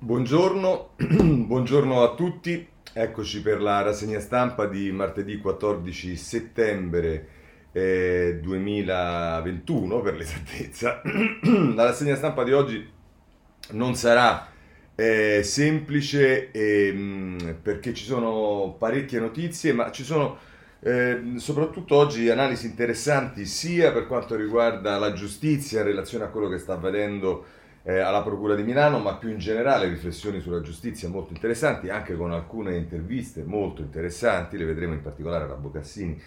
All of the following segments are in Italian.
Buongiorno, buongiorno a tutti. Eccoci per la rassegna stampa di martedì 14 settembre 2021 per l'esattezza. La rassegna stampa di oggi non sarà semplice perché ci sono parecchie notizie, ma ci sono soprattutto oggi analisi interessanti sia per quanto riguarda la giustizia in relazione a quello che sta avvenendo alla Procura di Milano, ma più in generale riflessioni sulla giustizia molto interessanti, anche con alcune interviste molto interessanti, le vedremo in particolare alla Bocassini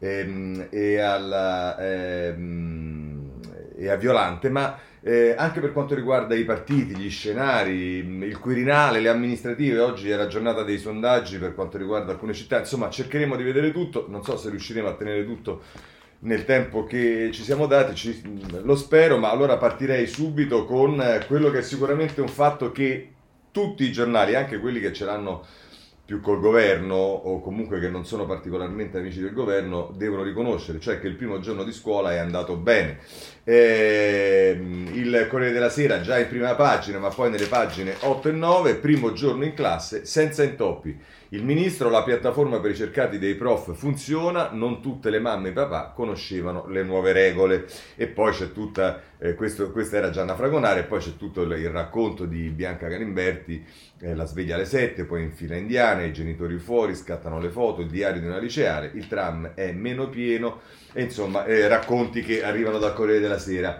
e a Violante, ma anche per quanto riguarda i partiti, gli scenari, il Quirinale, le amministrative. Oggi è la giornata dei sondaggi per quanto riguarda alcune città, insomma cercheremo di vedere tutto, non so se riusciremo a tenere tutto nel tempo che ci siamo dati, lo spero, ma allora partirei subito con quello che è sicuramente un fatto che tutti i giornali, anche quelli che ce l'hanno più col governo o comunque che non sono particolarmente amici del governo, devono riconoscere, cioè che il primo giorno di scuola è andato bene. Il Corriere della Sera già in prima pagina, ma poi nelle pagine 8 e 9, primo giorno in classe senza intoppi. Il ministro, la piattaforma per i cercati dei prof funziona, non tutte le mamme e papà conoscevano le nuove regole. E poi c'è tutta, questa era Gianna Fragonare, e poi c'è tutto il racconto di Bianca Galimberti, la sveglia alle 7, poi in fila indiana, i genitori fuori, scattano le foto, il diario di una liceale, il tram è meno pieno, e insomma racconti che arrivano dal Corriere della Sera.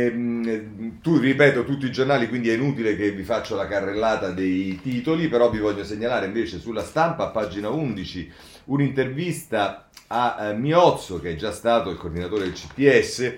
Tu, ripeto, tutti i giornali, quindi è inutile che vi faccio la carrellata dei titoli, però vi voglio segnalare invece sulla Stampa, a pagina 11, un'intervista a Miozzo, che è già stato il coordinatore del CTS,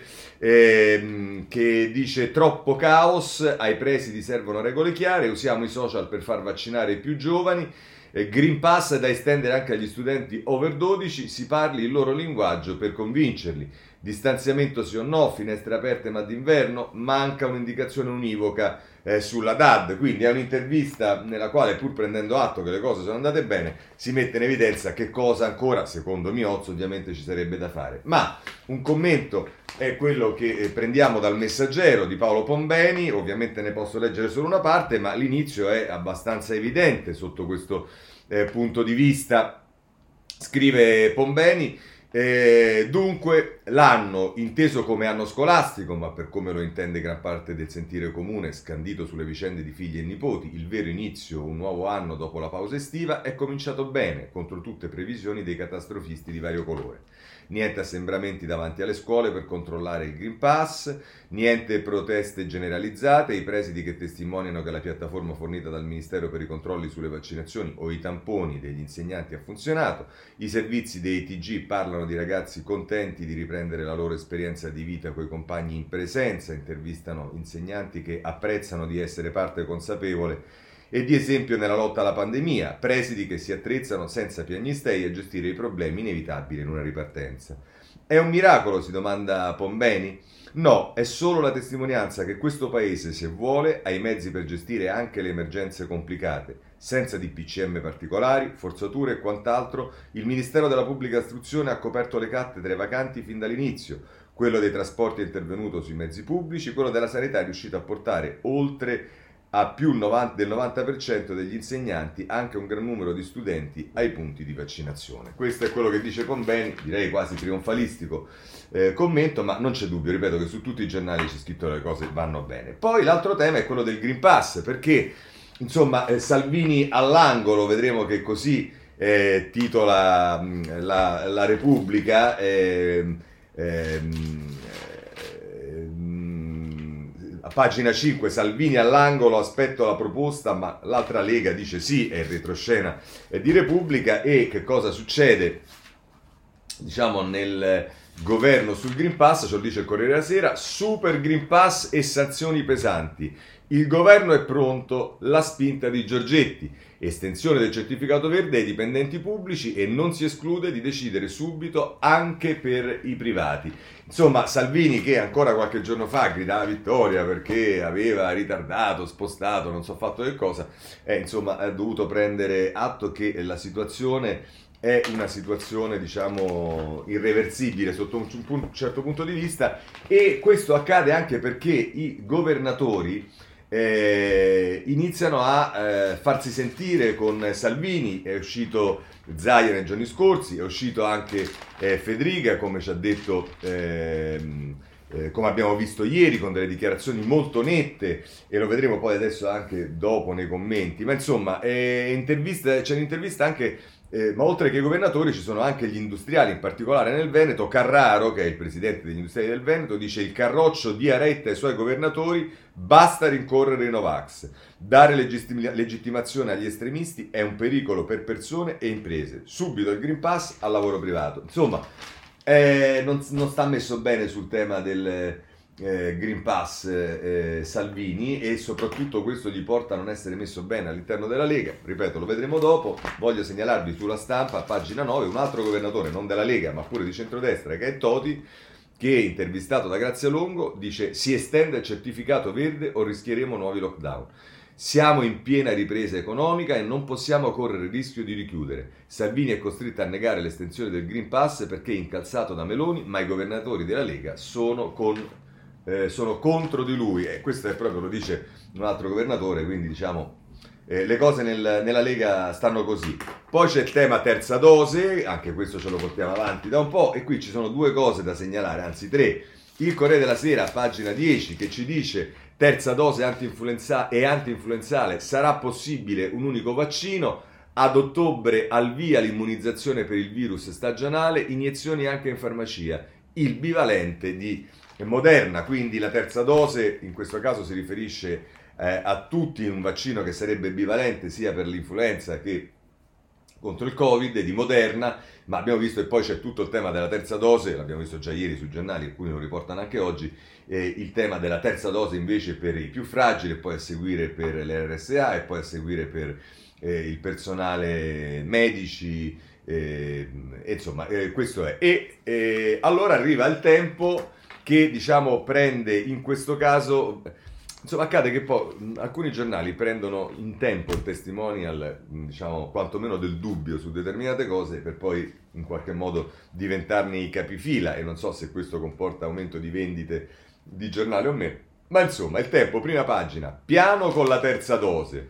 che dice: troppo caos, ai presidi servono regole chiare, usiamo i social per far vaccinare i più giovani, Green Pass da estendere anche agli studenti over 12, si parli il loro linguaggio per convincerli, distanziamento sì o no, finestre aperte ma d'inverno, manca un'indicazione univoca sulla DAD. Quindi è un'intervista nella quale, pur prendendo atto che le cose sono andate bene, si mette in evidenza che cosa ancora, secondo Miozzo, ovviamente ci sarebbe da fare. Ma un commento è quello che prendiamo dal Messaggero di Paolo Pombeni, ovviamente ne posso leggere solo una parte, ma l'inizio è abbastanza evidente sotto questo punto di vista. Scrive Pombeni: dunque l'anno inteso come anno scolastico, ma per come lo intende gran parte del sentire comune scandito sulle vicende di figli e nipoti, il vero inizio, un nuovo anno dopo la pausa estiva, è cominciato bene, contro tutte previsioni dei catastrofisti di vario colore. Niente assembramenti davanti alle scuole per controllare il Green Pass, niente proteste generalizzate, i presidi che testimoniano che la piattaforma fornita dal Ministero per i controlli sulle vaccinazioni o i tamponi degli insegnanti ha funzionato, i servizi dei TG parlano di ragazzi contenti di riprendere la loro esperienza di vita coi compagni in presenza, intervistano insegnanti che apprezzano di essere parte consapevole e di esempio nella lotta alla pandemia, presidi che si attrezzano senza piagnistei a gestire i problemi inevitabili in una ripartenza. È un miracolo, si domanda Pombeni? No, è solo la testimonianza che questo paese, se vuole, ha i mezzi per gestire anche le emergenze complicate. Senza DPCM particolari, forzature e quant'altro, il Ministero della Pubblica Istruzione ha coperto le cattedre vacanti fin dall'inizio. Quello dei trasporti è intervenuto sui mezzi pubblici, quello della sanità è riuscito a portare oltre a più del 90% degli insegnanti, anche un gran numero di studenti ai punti di vaccinazione. Questo è quello che dice Pombeni, direi quasi trionfalistico commento, ma non c'è dubbio, ripeto, che su tutti i giornali c'è scritto che le cose vanno bene. Poi l'altro tema è quello del Green Pass, perché insomma Salvini all'angolo, vedremo che così titola la Repubblica. A pagina 5, Salvini all'angolo, aspetto la proposta, ma l'altra Lega dice sì, è il retroscena di Repubblica. E che cosa succede, diciamo, nel governo sul Green Pass? Ce lo dice il Corriere della Sera: super Green Pass e sanzioni pesanti. Il governo è pronto, la spinta di Giorgetti. Estensione del certificato verde ai dipendenti pubblici e non si esclude di decidere subito anche per i privati. Insomma, Salvini, che ancora qualche giorno fa gridava vittoria perché aveva ritardato, spostato, non so fatto che cosa, insomma, ha dovuto prendere atto che la situazione è una situazione, diciamo, irreversibile sotto un certo punto di vista, e questo accade anche perché i governatori iniziano a farsi sentire con Salvini. È uscito Zaia nei giorni scorsi, è uscito anche Fedriga, come ci ha detto, come abbiamo visto ieri, con delle dichiarazioni molto nette, e lo vedremo poi adesso anche dopo nei commenti. Ma insomma, c'è un'intervista anche, ma oltre che i governatori ci sono anche gli industriali, in particolare nel Veneto. Carraro, che è il presidente degli industriali del Veneto, dice: il Carroccio dia retta ai suoi governatori, basta rincorrere i Novax. Dare legittimazione agli estremisti è un pericolo per persone e imprese. Subito il Green Pass al lavoro privato. Insomma, non sta messo bene sul tema del Green Pass Salvini, e soprattutto questo gli porta a non essere messo bene all'interno della Lega. Ripeto, lo vedremo dopo. Voglio segnalarvi sulla Stampa, a pagina 9, un altro governatore, non della Lega ma pure di centrodestra, che è Toti, che, intervistato da Grazia Longo, dice: si estende il certificato verde o rischieremo nuovi lockdown. Siamo in piena ripresa economica e non possiamo correre il rischio di richiudere. Salvini è costretto a negare l'estensione del Green Pass perché è incalzato da Meloni, ma i governatori della Lega sono contro di lui. E questo è proprio, lo dice un altro governatore, quindi diciamo le cose nella Lega stanno così. Poi c'è il tema terza dose, anche questo ce lo portiamo avanti da un po', e qui ci sono due cose da segnalare, anzi tre. Il Corriere della Sera, pagina 10, che ci dice: terza dose anti-influenzale, sarà possibile un unico vaccino, ad ottobre al via l'immunizzazione per il virus stagionale, iniezioni anche in farmacia, il bivalente di Moderna. Quindi la terza dose in questo caso si riferisce a tutti, un vaccino che sarebbe bivalente sia per l'influenza che contro il Covid, di Moderna. Ma abbiamo visto, e poi c'è tutto il tema della terza dose, l'abbiamo visto già ieri sui giornali, alcuni lo riportano anche oggi, il tema della terza dose invece per i più fragili, e poi a seguire per le RSA, e poi a seguire per il personale medici, insomma, questo è. Allora arriva il Tempo, che diciamo prende in questo caso. Insomma, accade che poi alcuni giornali prendono in tempo il testimonial, diciamo, quantomeno del dubbio su determinate cose, per poi in qualche modo diventarne i capifila, e non so se questo comporta aumento di vendite di giornale o meno. Ma insomma, il Tempo, prima pagina: piano con la terza dose.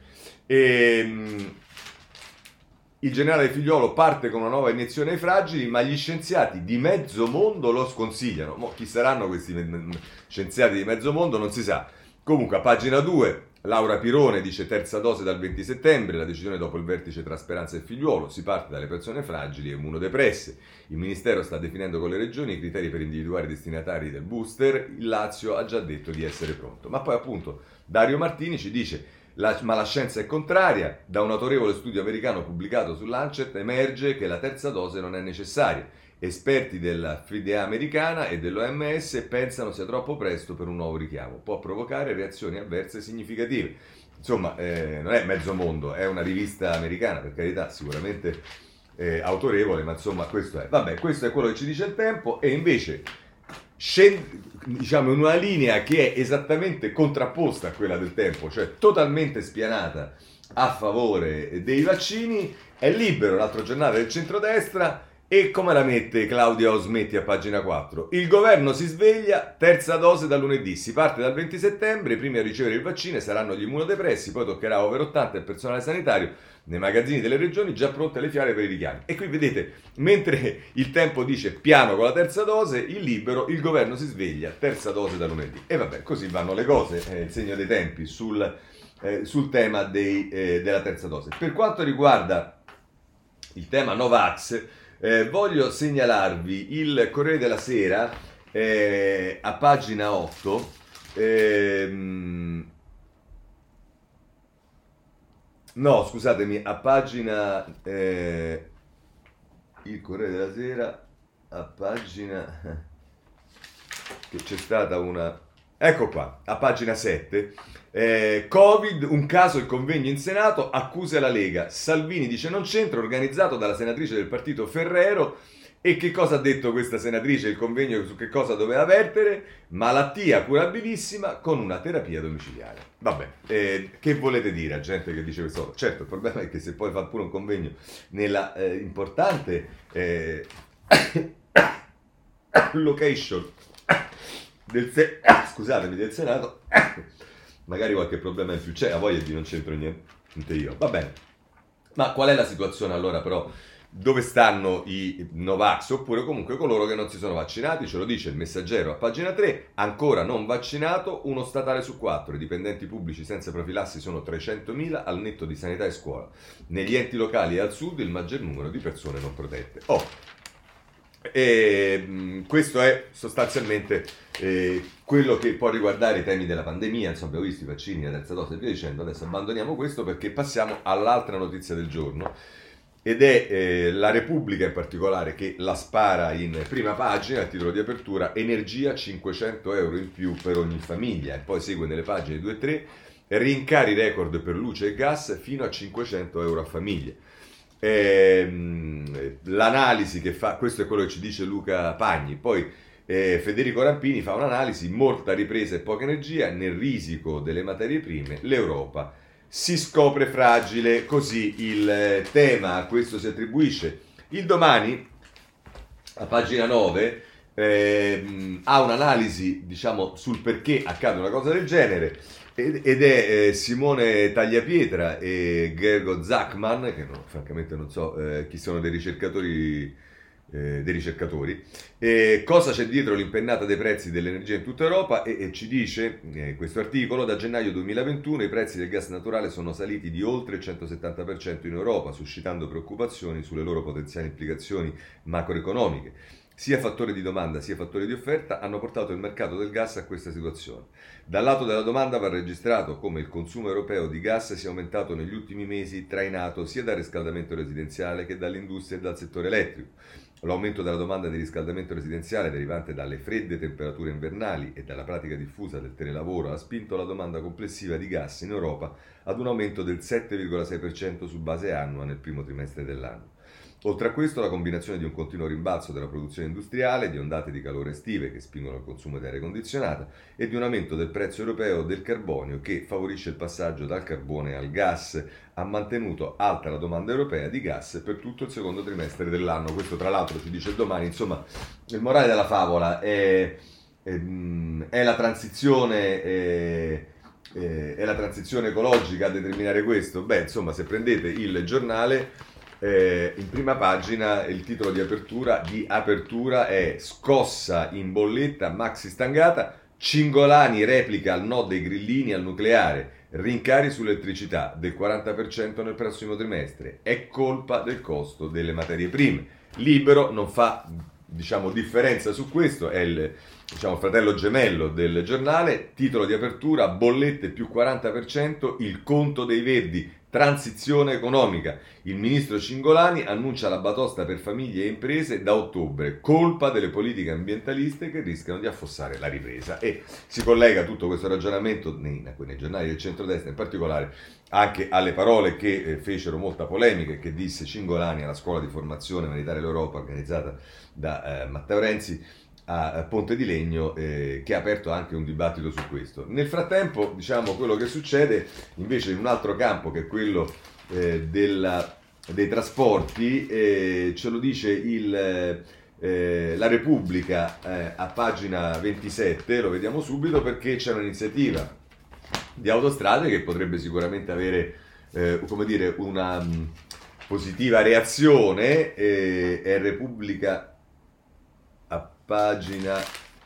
Il generale Figliuolo parte con una nuova iniezione ai fragili, ma gli scienziati di mezzo mondo lo sconsigliano. Chi saranno questi scienziati di mezzo mondo non si sa. Comunque, a pagina 2, Laura Pirone dice: terza dose dal 20 settembre, la decisione dopo il vertice tra Speranza e Figliuolo, si parte dalle persone fragili e immunodepresse. Il Ministero sta definendo con le regioni i criteri per individuare i destinatari del booster, il Lazio ha già detto di essere pronto. Ma poi appunto Dario Martini ci dice: ma la scienza è contraria, da un autorevole studio americano pubblicato su Lancet emerge che la terza dose non è necessaria. Esperti della FDA americana e dell'OMS pensano sia troppo presto per un nuovo richiamo, può provocare reazioni avverse significative. Insomma, non è mezzo mondo, è una rivista americana, per carità, sicuramente autorevole, ma insomma questo è. Vabbè, questo è quello che ci dice il Tempo, e invece diciamo in una linea che è esattamente contrapposta a quella del Tempo, cioè totalmente spianata a favore dei vaccini, è Libero, l'altro giornale del centrodestra. E come la mette Claudia Osmetti a pagina 4? Il governo si sveglia, terza dose da lunedì, si parte dal 20 settembre, i primi a ricevere il vaccino saranno gli immunodepressi, poi toccherà over 80 e il personale sanitario, nei magazzini delle regioni già pronte le fiale per i richiami. E qui vedete, mentre il Tempo dice piano con la terza dose, il Libero, il governo si sveglia, terza dose da lunedì. E vabbè, così vanno le cose, il segno dei tempi sul tema della terza dose. Per quanto riguarda il tema Novax, voglio segnalarvi il Corriere della Sera a pagina 8. No, scusatemi, a pagina il Corriere della Sera a pagina che c'è stata una. Ecco qua, a pagina 7, Covid, un caso il convegno in Senato, accuse la Lega, Salvini dice non c'entra, organizzato dalla senatrice del partito Ferrero. E che cosa ha detto questa senatrice? Il convegno su che cosa doveva vertere? Malattia curabilissima con una terapia domiciliare. Vabbè, che volete dire a gente che dice questo? Certo, il problema è che se poi fa pure un convegno nella importante location del Senato, magari qualche problema in più c'è, a voglia di non c'entro niente io. Va bene. Ma qual è la situazione allora però? Dove stanno i Novax oppure comunque coloro che non si sono vaccinati? Ce lo dice il Messaggero a pagina 3, ancora non vaccinato uno statale su 4, i dipendenti pubblici senza profilassi sono 300.000 al netto di sanità e scuola. Negli enti locali e al sud il maggior numero di persone non protette. Questo è sostanzialmente quello che può riguardare i temi della pandemia. Insomma, abbiamo visto i vaccini, la terza dose e via dicendo. Adesso abbandoniamo questo perché passiamo all'altra notizia del giorno ed è la Repubblica in particolare che la spara in prima pagina a titolo di apertura: energia 500 euro in più per ogni famiglia, e poi segue nelle pagine 2 e 3 rincari record per luce e gas fino a 500 euro a famiglia. L'analisi che fa, questo è quello che ci dice Luca Pagni, poi Federico Rampini fa un'analisi: molta ripresa e poca energia, nel risico delle materie prime l'Europa si scopre fragile, così il tema a questo si attribuisce. Il Domani, a pagina 9, ha un'analisi, diciamo, sul perché accade una cosa del genere, ed è Simone Tagliapietra e Gergo Zachman, che francamente non so chi sono dei ricercatori. Cosa c'è dietro l'impennata dei prezzi dell'energia in tutta Europa? E ci dice questo articolo: da gennaio 2021 i prezzi del gas naturale sono saliti di oltre il 170% in Europa, suscitando preoccupazioni sulle loro potenziali implicazioni macroeconomiche. Sia fattori di domanda sia fattori di offerta hanno portato il mercato del gas a questa situazione. Dal lato della domanda va registrato come il consumo europeo di gas sia aumentato negli ultimi mesi, trainato sia dal riscaldamento residenziale che dall'industria e dal settore elettrico. L'aumento della domanda di riscaldamento residenziale derivante dalle fredde temperature invernali e dalla pratica diffusa del telelavoro ha spinto la domanda complessiva di gas in Europa ad un aumento del 7,6% su base annua nel primo trimestre dell'anno. Oltre a questo, la combinazione di un continuo rimbalzo della produzione industriale, di ondate di calore estive che spingono il consumo di aria condizionata e di un aumento del prezzo europeo del carbonio che favorisce il passaggio dal carbone al gas, ha mantenuto alta la domanda europea di gas per tutto il secondo trimestre dell'anno. Questo tra l'altro ci dice il Domani. Insomma, il morale della favola è la transizione... è la transizione ecologica a determinare questo? Beh, insomma, se prendete il giornale, in prima pagina il titolo di apertura è: scossa in bolletta maxi stangata, Cingolani replica al no dei grillini al nucleare, rincari sull'elettricità del 40% nel prossimo trimestre, è colpa del costo delle materie prime. Libero non fa, diciamo, differenza su questo, è il, diciamo, fratello gemello del giornale. Titolo di apertura: bollette più 40%, il conto dei verdi, transizione economica. Il ministro Cingolani annuncia la batosta per famiglie e imprese da ottobre, colpa delle politiche ambientaliste che rischiano di affossare la ripresa. E si collega tutto questo ragionamento nei giornali del centrodestra, in particolare anche alle parole che fecero molta polemica e che disse Cingolani alla scuola di formazione Meritare l'Europa organizzata da Matteo Renzi a Ponte di Legno, che ha aperto anche un dibattito su questo. Nel frattempo, diciamo, quello che succede invece in un altro campo, che è quello dei trasporti, ce lo dice la Repubblica a pagina 27, lo vediamo subito perché c'è un'iniziativa di Autostrade che potrebbe sicuramente avere come dire, una positiva reazione. È Repubblica a pagina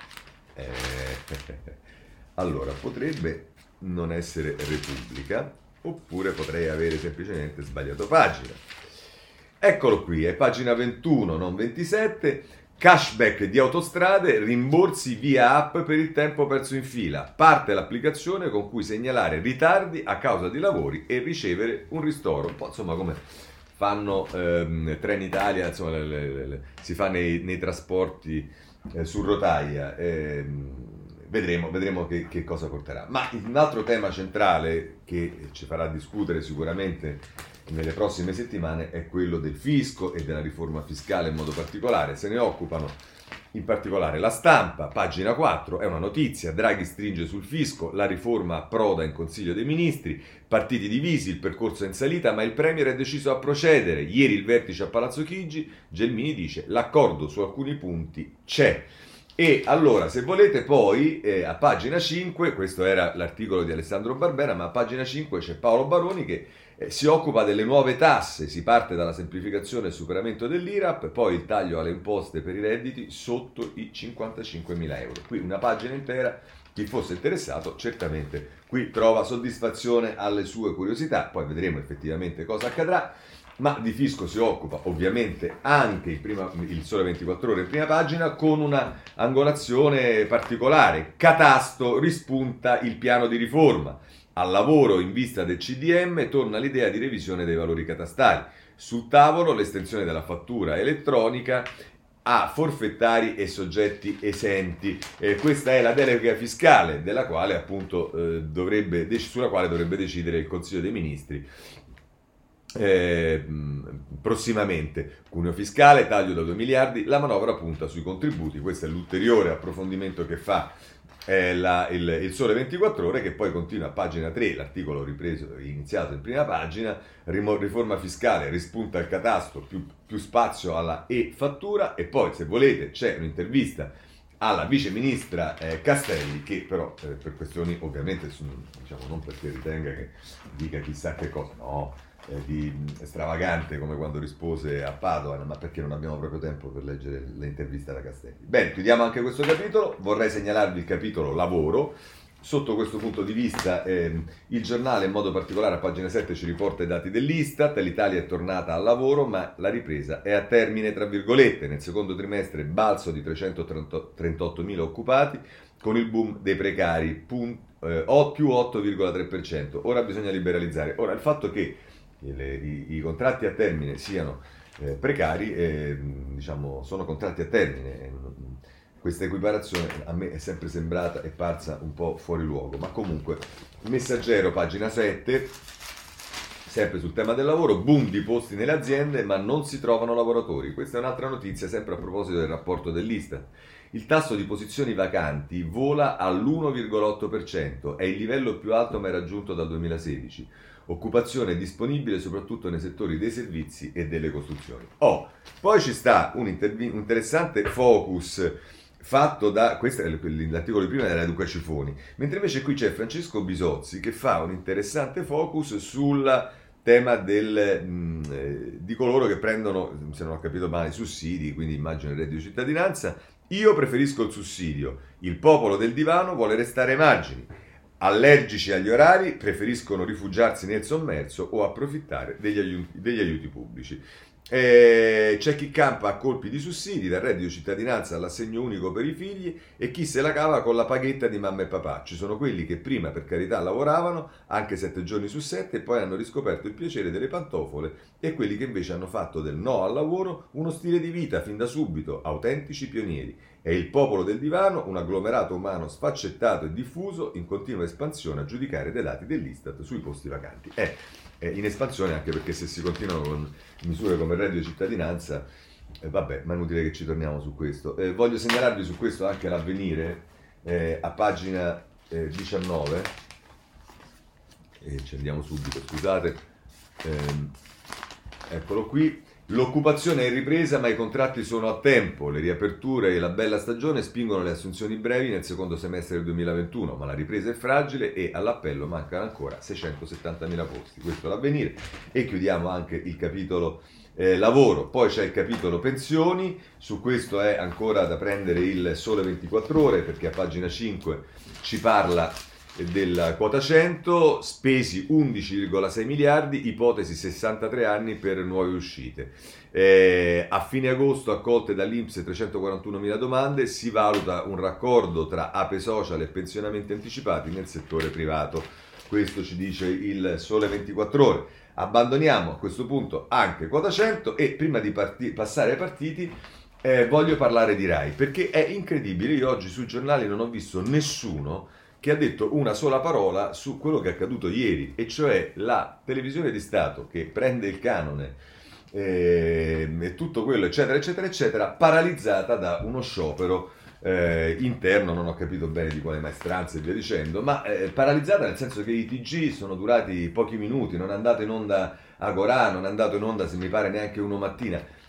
allora, potrebbe non essere Repubblica, oppure potrei avere semplicemente sbagliato pagina. Eccolo qui, è pagina 21, non 27. Cashback di Autostrade, rimborsi via app per il tempo perso in fila. Parte l'applicazione con cui segnalare ritardi a causa di lavori e ricevere un ristoro. Un po' insomma come fanno Trenitalia, insomma si fa nei trasporti su rotaia. Vedremo che cosa porterà. Ma un altro tema centrale che ci farà discutere sicuramente nelle prossime settimane è quello del fisco e della riforma fiscale in modo particolare. Se ne occupano in particolare La Stampa, pagina 4, è una notizia: Draghi stringe sul fisco, la riforma approda in Consiglio dei Ministri, partiti divisi, il percorso è in salita ma il Premier è deciso a procedere. Ieri il vertice a Palazzo Chigi, Gelmini dice l'accordo su alcuni punti c'è. E allora, se volete poi, a pagina 5, questo era l'articolo di Alessandro Barbera, ma a pagina 5 c'è Paolo Baroni che si occupa delle nuove tasse, si parte dalla semplificazione e superamento dell'IRAP, poi il taglio alle imposte per i redditi sotto i 55.000 euro. Qui una pagina intera, chi fosse interessato certamente qui trova soddisfazione alle sue curiosità, poi vedremo effettivamente cosa accadrà. Ma di fisco si occupa ovviamente anche il Sole 24 Ore in prima pagina con una angolazione particolare. Catasto rispunta il piano di riforma. Al lavoro in vista del CDM torna l'idea di revisione dei valori catastali. Sul tavolo l'estensione della fattura elettronica a forfettari e soggetti esenti. Questa è la delega fiscale della quale appunto sulla quale dovrebbe decidere il Consiglio dei Ministri prossimamente. Cuneo fiscale, taglio da 2 miliardi, la manovra punta sui contributi. Questo è l'ulteriore approfondimento che fa il Sole 24 Ore, che poi continua a pagina 3, l'articolo iniziato in prima pagina, riforma fiscale, rispunta il catasto, più spazio alla e-fattura, e poi se volete c'è un'intervista alla vice ministra Castelli, che però per questioni ovviamente diciamo, non perché ritenga che dica chissà che cosa, no, di stravagante come quando rispose a Padoan, ma perché non abbiamo proprio tempo per leggere le interviste da Castelli. Bene, chiudiamo anche questo capitolo. Vorrei segnalarvi il capitolo lavoro. Sotto questo punto di vista il giornale in modo particolare a pagina 7 ci riporta i dati dell'Istat. L'Italia è tornata al lavoro, ma la ripresa è a termine, tra virgolette. Nel secondo trimestre balzo di 338.000 occupati con il boom dei precari più 8,3%. Ora bisogna liberalizzare. Ora il fatto che i contratti a termine siano precari, diciamo, sono contratti a termine. Questa equiparazione a me è sempre sembrata e parsa un po' fuori luogo, ma comunque Messaggero, pagina 7, sempre sul tema del lavoro, boom di posti nelle aziende, ma non si trovano lavoratori. Questa è un'altra notizia, sempre a proposito del rapporto dell'Istat. Il tasso di posizioni vacanti vola all'1,8%, è il livello più alto mai raggiunto dal 2016. Occupazione disponibile soprattutto nei settori dei servizi e delle costruzioni. Poi ci sta un interessante focus fatto questo è l'articolo di prima della Duca Cifoni, mentre invece qui c'è Francesco Bisozzi che fa un interessante focus sul tema di coloro che prendono, se non ho capito male, sussidi, quindi immagino il reddito di cittadinanza. Io preferisco il sussidio, il popolo del divano vuole restare ai margini. Allergici agli orari preferiscono rifugiarsi nel sommerso o approfittare degli aiuti pubblici. C'è chi campa a colpi di sussidi, dal reddito di cittadinanza all'assegno unico per i figli, e chi se la cava con la paghetta di mamma e papà. Ci sono quelli che prima per carità lavoravano anche 7 giorni su 7 e poi hanno riscoperto il piacere delle pantofole, e quelli che invece hanno fatto del no al lavoro uno stile di vita fin da subito, autentici pionieri. È il popolo del divano, un agglomerato umano sfaccettato e diffuso in continua espansione a giudicare dai dati dell'Istat sui posti vacanti. È in espansione anche perché se si continuano con misure come il reddito di cittadinanza, vabbè, ma è inutile che ci torniamo su questo. Voglio segnalarvi su questo anche l'Avvenire, a pagina 19, ci andiamo subito, scusate, eccolo qui. L'occupazione è in ripresa, ma i contratti sono a tempo. Le riaperture e la bella stagione spingono le assunzioni brevi nel secondo semestre del 2021, ma la ripresa è fragile e all'appello mancano ancora 670.000 posti. Questo è l'Avvenire. E chiudiamo anche il capitolo lavoro. Poi c'è il capitolo pensioni, su questo è ancora da prendere il Sole 24 Ore, perché a pagina 5 ci parla della quota 100, spesi 11,6 miliardi, ipotesi 63 anni per nuove uscite. A fine agosto accolte dall'Inps 341.000 domande, si valuta un raccordo tra Ape Social e pensionamenti anticipati nel settore privato. Questo ci dice il Sole 24 Ore. Abbandoniamo a questo punto anche quota 100 e prima di passare ai partiti voglio parlare di Rai, perché è incredibile, io oggi sui giornali non ho visto nessuno che ha detto una sola parola su quello che è accaduto ieri, e cioè la televisione di Stato che prende il canone e tutto quello eccetera eccetera eccetera, paralizzata da uno sciopero interno, non ho capito bene di quale maestranza e via dicendo, ma paralizzata nel senso che i TG sono durati pochi minuti, non è andato in onda Agorà, non è andato in onda se mi pare neanche Uno Mattina.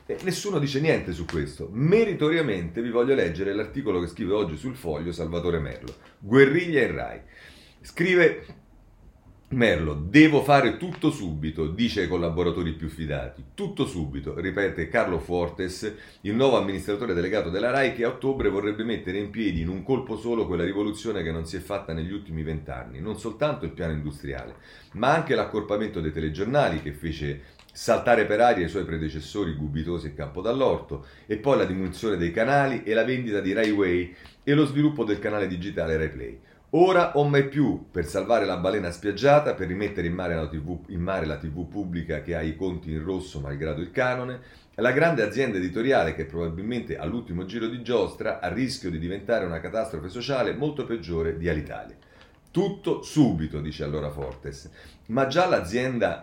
E nessuno dice niente su questo. Meritoriamente vi voglio leggere l'articolo che scrive oggi sul Foglio Salvatore Merlo. Guerriglia in Rai. Scrive Merlo: devo fare tutto subito, dice ai collaboratori più fidati. Tutto subito, ripete Carlo Fuortes, il nuovo amministratore delegato della Rai, che a ottobre vorrebbe mettere in piedi in un colpo solo quella rivoluzione che non si è fatta negli ultimi 20 anni. Non soltanto il piano industriale, ma anche l'accorpamento dei telegiornali, che fece saltare per aria i suoi predecessori Gubitosi e Campo Dall'Orto, e poi la diminuzione dei canali e la vendita di Rai Way e lo sviluppo del canale digitale Rai Play. Ora o mai più, per salvare la balena spiaggiata, per rimettere in mare la TV pubblica che ha i conti in rosso malgrado il canone, la grande azienda editoriale che probabilmente all'ultimo giro di giostra ha rischio di diventare una catastrofe sociale molto peggiore di Alitalia. Tutto subito, dice allora Fortes. Ma già l'azienda,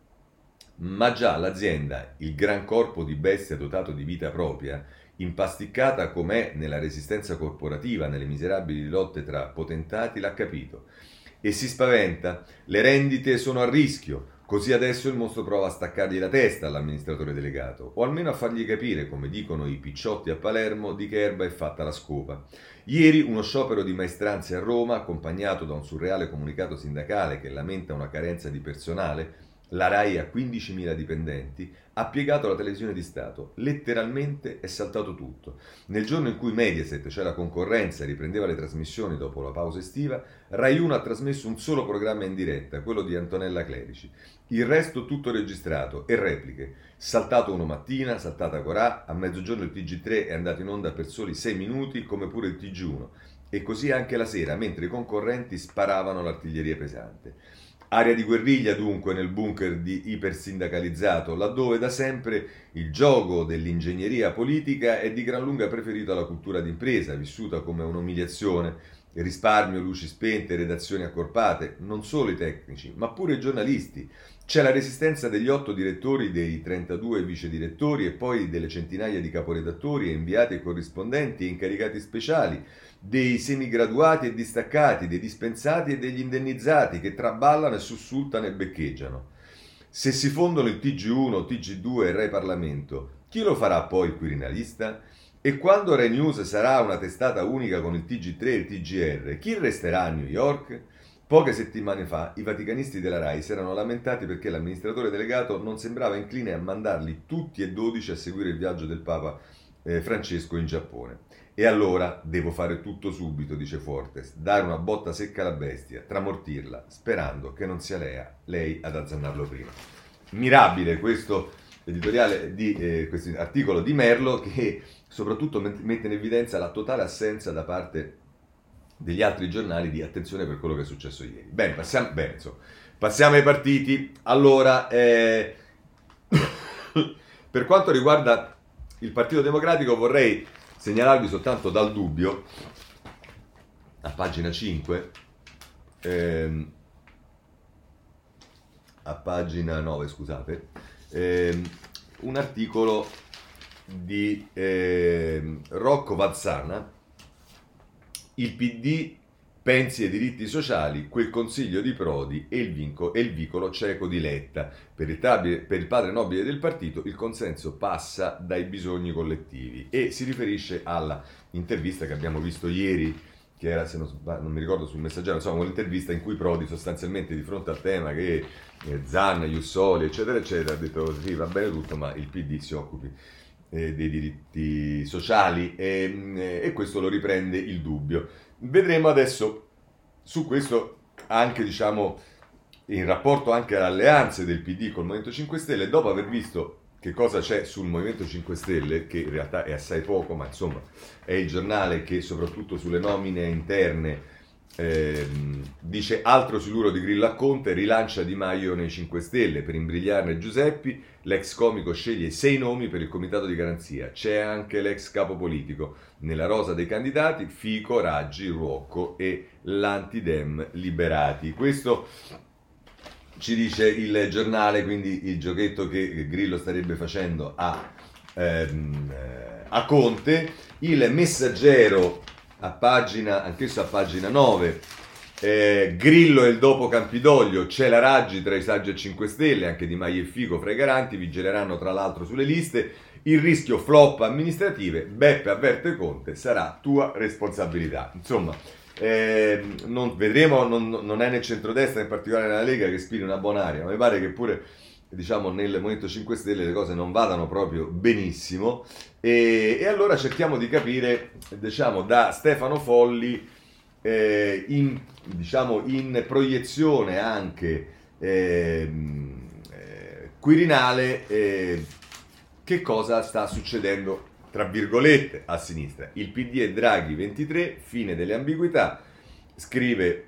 il gran corpo di bestia dotato di vita propria, impasticcata com'è nella resistenza corporativa, nelle miserabili lotte tra potentati, l'ha capito. E si spaventa. Le rendite sono a rischio. Così adesso il mostro prova a staccargli la testa all'amministratore delegato, o almeno a fargli capire, come dicono i picciotti a Palermo, di che erba è fatta la scopa. Ieri uno sciopero di maestranze a Roma, accompagnato da un surreale comunicato sindacale che lamenta una carenza di personale. La Rai ha 15.000 dipendenti, ha piegato la televisione di Stato, letteralmente è saltato tutto. Nel giorno in cui Mediaset, cioè la concorrenza, riprendeva le trasmissioni dopo la pausa estiva, Rai 1 ha trasmesso un solo programma in diretta, quello di Antonella Clerici. Il resto tutto registrato e repliche. Saltato uno mattina, saltata Corà, a mezzogiorno il TG3 è andato in onda per soli 6 minuti, come pure il TG1. E così anche la sera, mentre i concorrenti sparavano l'artiglieria pesante. Area di guerriglia dunque nel bunker di ipersindacalizzato, laddove da sempre il gioco dell'ingegneria politica è di gran lunga preferito alla cultura d'impresa, vissuta come un'umiliazione, risparmio, luci spente, redazioni accorpate, non solo i tecnici, ma pure i giornalisti. C'è la resistenza degli 8 direttori, dei 32 vice direttori e poi delle centinaia di caporedattori e inviati e corrispondenti e incaricati speciali, dei semigraduati e distaccati, dei dispensati e degli indennizzati che traballano e sussultano e beccheggiano. Se si fondono il TG1, TG2 e Rai Parlamento, chi lo farà poi il quirinalista? E quando Rai News sarà una testata unica con il TG3 e il TGR, chi resterà a New York? Poche settimane fa i vaticanisti della Rai si erano lamentati perché l'amministratore delegato non sembrava incline a mandarli tutti e 12 a seguire il viaggio del Papa Francesco in Giappone. E allora devo fare tutto subito, dice Fortes, dare una botta secca alla bestia, tramortirla, sperando che non sia lei ad azzannarlo prima. Mirabile questo editoriale questo articolo di Merlo, che soprattutto mette in evidenza la totale assenza da parte degli altri giornali di attenzione per quello che è successo ieri. Bene, passiamo ai partiti. Allora, per quanto riguarda il Partito Democratico, vorrei segnalarvi soltanto dal Dubbio, a pagina 5, a pagina 9, scusate, un articolo di Rocco Vazzana. Il PD pensi ai diritti sociali, quel consiglio di Prodi e il vicolo cieco di Letta. Per il padre nobile del partito il consenso passa dai bisogni collettivi, e si riferisce alla intervista che abbiamo visto ieri, che era, se non mi ricordo, sul Messaggero, insomma, quell'intervista in cui Prodi sostanzialmente, di fronte al tema che Zan, Jussoli, eccetera, eccetera, ha detto sì, va bene tutto, ma il PD si occupi dei diritti sociali, e questo lo riprende il Dubbio. Vedremo adesso su questo anche, diciamo, in rapporto anche alle alleanze del PD col Movimento 5 Stelle, dopo aver visto che cosa c'è sul Movimento 5 Stelle, che in realtà è assai poco, ma insomma è il giornale che soprattutto sulle nomine interne dice altro siluro di Grillo a Conte, rilancia Di Maio nei 5 Stelle, per imbrigliarne Giuseppi, l'ex comico sceglie 6 nomi per il comitato di garanzia, c'è anche l'ex capo politico, nella rosa dei candidati Fico, Raggi, Ruocco e l'antidem Liberati. Questo ci dice il giornale, quindi il giochetto che Grillo starebbe facendo a Conte. Il Messaggero, anch'esso a pagina 9, Grillo e il dopo Campidoglio, c'è la Raggi tra i saggi e 5 Stelle, anche Di Maio e Fico fra i garanti, vigileranno tra l'altro sulle liste. il rischio flop amministrative, Beppe avverte Conte, sarà tua responsabilità. Insomma, vedremo, non è nel centrodestra, in particolare nella Lega, che ispiri una buon'aria, ma mi pare che pure, diciamo, nel Movimento 5 Stelle le cose non vadano proprio benissimo, e allora cerchiamo di capire, diciamo, da Stefano Folli, in proiezione anche Quirinale, che cosa sta succedendo tra virgolette a sinistra. Il PD e Draghi 23, fine delle ambiguità, scrive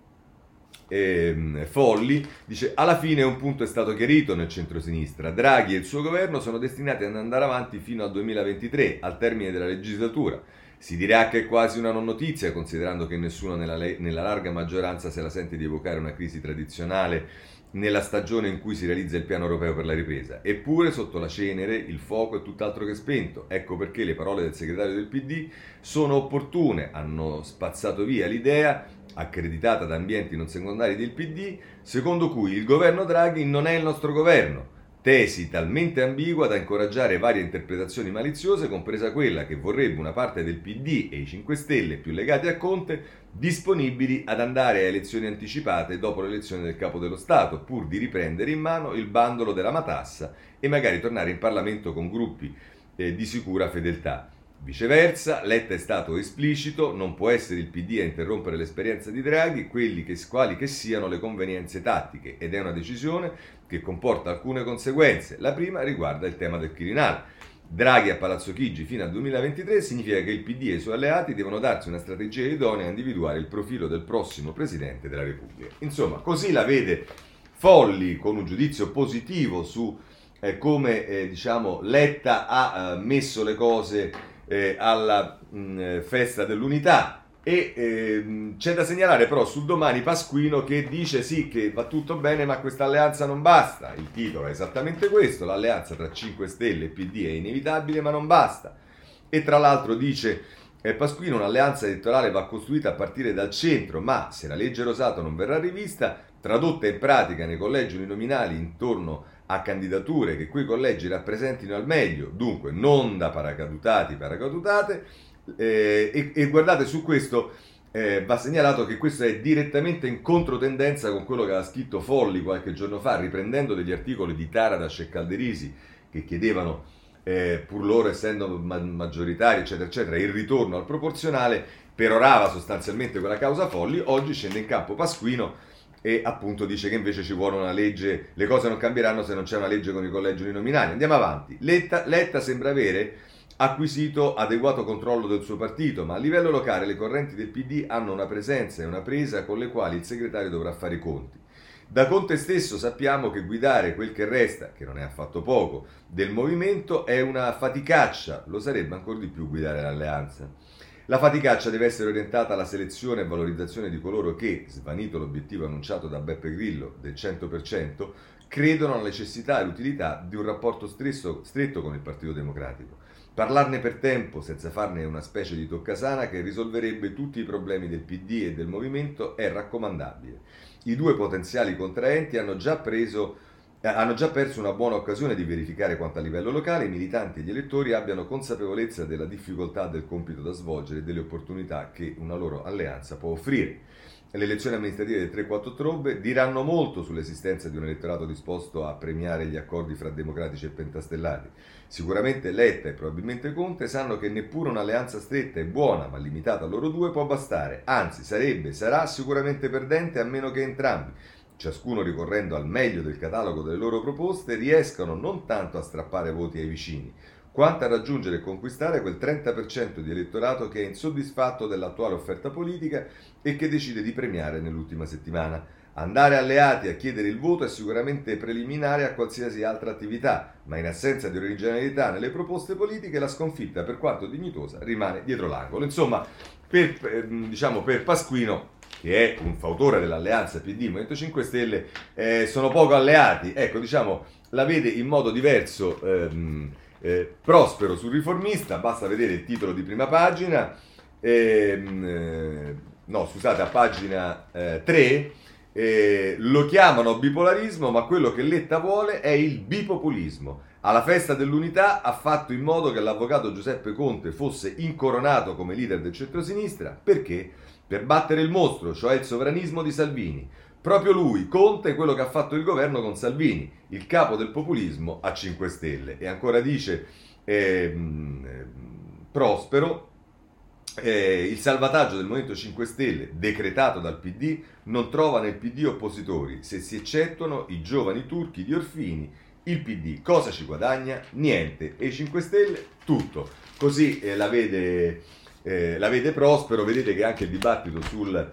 Folli, dice: alla fine un punto è stato chiarito nel centrosinistra, Draghi e il suo governo sono destinati ad andare avanti fino al 2023, al termine della legislatura. Si dirà che è quasi una non notizia, considerando che nessuno nella larga maggioranza se la sente di evocare una crisi tradizionale nella stagione in cui si realizza il piano europeo per la ripresa. Eppure sotto la cenere il fuoco è tutt'altro che spento. Ecco perché le parole del segretario del PD sono opportune. Hanno spazzato via l'idea, accreditata da ambienti non secondari del PD, secondo cui il governo Draghi non è il nostro governo. Tesi talmente ambigua da incoraggiare varie interpretazioni maliziose, compresa quella che vorrebbe una parte del PD e i 5 Stelle più legati a Conte disponibili ad andare a elezioni anticipate dopo l'elezione del capo dello Stato, pur di riprendere in mano il bandolo della matassa e magari tornare in Parlamento con gruppi di sicura fedeltà. Viceversa, Letta è stato esplicito: non può essere il PD a interrompere l'esperienza di Draghi, quali che siano le convenienze tattiche, ed è una decisione che comporta alcune conseguenze. La prima riguarda il tema del Quirinale. Draghi a Palazzo Chigi fino al 2023 significa che il PD e i suoi alleati devono darsi una strategia idonea a individuare il profilo del prossimo Presidente della Repubblica. Insomma, così la vede Folli, con un giudizio positivo su come Letta ha messo le cose alla festa dell'unità. E c'è da segnalare però sul Domani Pasquino, che dice sì che va tutto bene ma questa alleanza non basta. Il titolo è esattamente questo: l'alleanza tra 5 Stelle e PD è inevitabile ma non basta. E tra l'altro dice Pasquino: un'alleanza elettorale va costruita a partire dal centro, ma se la legge Rosato non verrà rivista, tradotta in pratica nei collegi uninominali intorno a candidature che quei collegi rappresentino al meglio, dunque non da paracadutate. E guardate, su questo va segnalato che questo è direttamente in controtendenza con quello che aveva scritto Folli qualche giorno fa, riprendendo degli articoli di Taradas e Calderisi che chiedevano, pur loro essendo maggioritari eccetera eccetera, il ritorno al proporzionale. Perorava sostanzialmente quella causa Folli. Oggi scende in campo Pasquino e appunto dice che invece ci vuole una legge, le cose non cambieranno se non c'è una legge con i collegi uninominali. Andiamo avanti. Letta sembra avere acquisito adeguato controllo del suo partito, ma a livello locale le correnti del PD hanno una presenza e una presa con le quali il segretario dovrà fare i conti. Da Conte stesso sappiamo che guidare quel che resta, che non è affatto poco, del movimento è una faticaccia, lo sarebbe ancora di più guidare l'alleanza. La faticaccia deve essere orientata alla selezione e valorizzazione di coloro che, svanito l'obiettivo annunciato da Beppe Grillo del 100%, credono alla necessità e l'utilità di un rapporto stretto con il Partito Democratico. Parlarne per tempo, senza farne una specie di toccasana che risolverebbe tutti i problemi del PD e del movimento, è raccomandabile. I due potenziali contraenti hanno già perso una buona occasione di verificare quanto a livello locale i militanti e gli elettori abbiano consapevolezza della difficoltà del compito da svolgere e delle opportunità che una loro alleanza può offrire. Le elezioni amministrative del 3-4 ottobre diranno molto sull'esistenza di un elettorato disposto a premiare gli accordi fra democratici e pentastellati. Sicuramente Letta e probabilmente Conte sanno che neppure un'alleanza stretta e buona, ma limitata a loro due, può bastare. Anzi, sarà sicuramente perdente a meno che entrambi, ciascuno ricorrendo al meglio del catalogo delle loro proposte, riescano non tanto a strappare voti ai vicini, quanto a raggiungere e conquistare quel 30% di elettorato che è insoddisfatto dell'attuale offerta politica e che decide di premiare nell'ultima settimana. Andare alleati a chiedere il voto è sicuramente preliminare a qualsiasi altra attività, ma in assenza di originalità nelle proposte politiche la sconfitta, per quanto dignitosa, rimane dietro l'angolo. Insomma, per Pasquino, che è un fautore dell'alleanza PD-Movimento 5 Stelle, sono poco alleati. Ecco, la vede in modo diverso Prospero sul Riformista. Basta vedere il titolo di prima pagina, a pagina 3. Lo chiamano bipolarismo, ma quello che Letta vuole è il bipopulismo. Alla festa dell'unità ha fatto in modo che l'avvocato Giuseppe Conte fosse incoronato come leader del centrosinistra. Perché? Per battere il mostro, cioè il sovranismo di Salvini. Proprio lui, Conte, è quello che ha fatto il governo con Salvini, il capo del populismo a 5 Stelle. E ancora dice Prospero, il salvataggio del Movimento 5 Stelle, decretato dal PD, non trova nel PD oppositori, se si eccettuano i giovani turchi di Orfini. Il PD cosa ci guadagna? Niente. E i 5 Stelle? Tutto. Così la vede Prospero. Vedete che anche il dibattito sul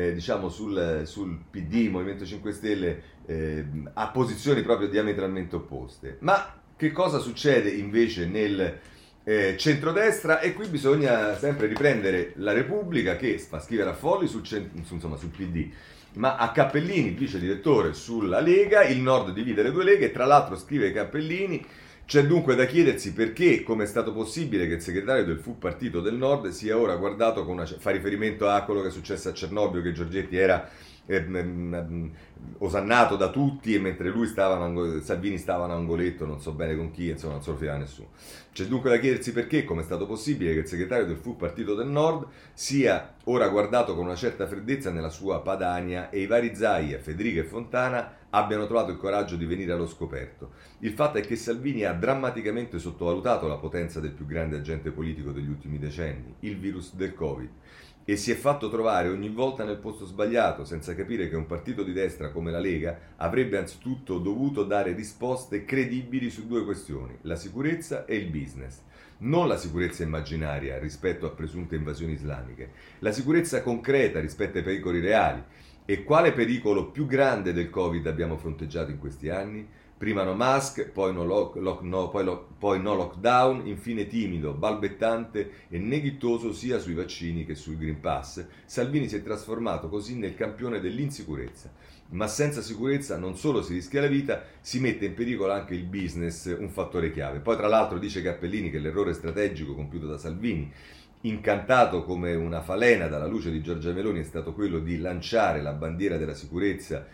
PD, Movimento 5 Stelle, ha posizioni proprio diametralmente opposte. Ma che cosa succede invece nel centrodestra? E qui bisogna sempre riprendere la Repubblica, che fa scrivere a Folli sul PD, ma a Cappellini, vice direttore sulla Lega. Il Nord divide le due leghe, tra l'altro scrive Cappellini: c'è dunque da chiedersi perché, come è stato possibile che il segretario del fu partito del Nord sia ora guardato con fa riferimento a quello che è successo a Cernobbio, che Giorgetti era osannato da tutti, e mentre lui Salvini stava in angoletto, non so bene con chi, insomma non se lo fidava nessuno. C'è dunque da chiedersi perché, come è stato possibile che il segretario del fu partito del Nord sia ora guardato con una certa freddezza nella sua Padania, e i vari Zaia, Federica e Fontana abbiano trovato il coraggio di venire allo scoperto. Il fatto è che Salvini ha drammaticamente sottovalutato la potenza del più grande agente politico degli ultimi decenni, il virus del Covid, e si è fatto trovare ogni volta nel posto sbagliato, senza capire che un partito di destra come la Lega avrebbe anzitutto dovuto dare risposte credibili su due questioni: la sicurezza e il business. Non la sicurezza immaginaria rispetto a presunte invasioni islamiche, la sicurezza concreta rispetto ai pericoli reali. E quale pericolo più grande del Covid abbiamo fronteggiato in questi anni? Prima no mask, poi no lockdown, infine timido, balbettante e neghittoso sia sui vaccini che sul Green Pass. Salvini si è trasformato così nel campione dell'insicurezza. Ma senza sicurezza non solo si rischia la vita, si mette in pericolo anche il business, un fattore chiave. Poi tra l'altro dice Cappellini che l'errore strategico compiuto da Salvini, incantato come una falena dalla luce di Giorgia Meloni, è stato quello di lanciare la bandiera della sicurezza,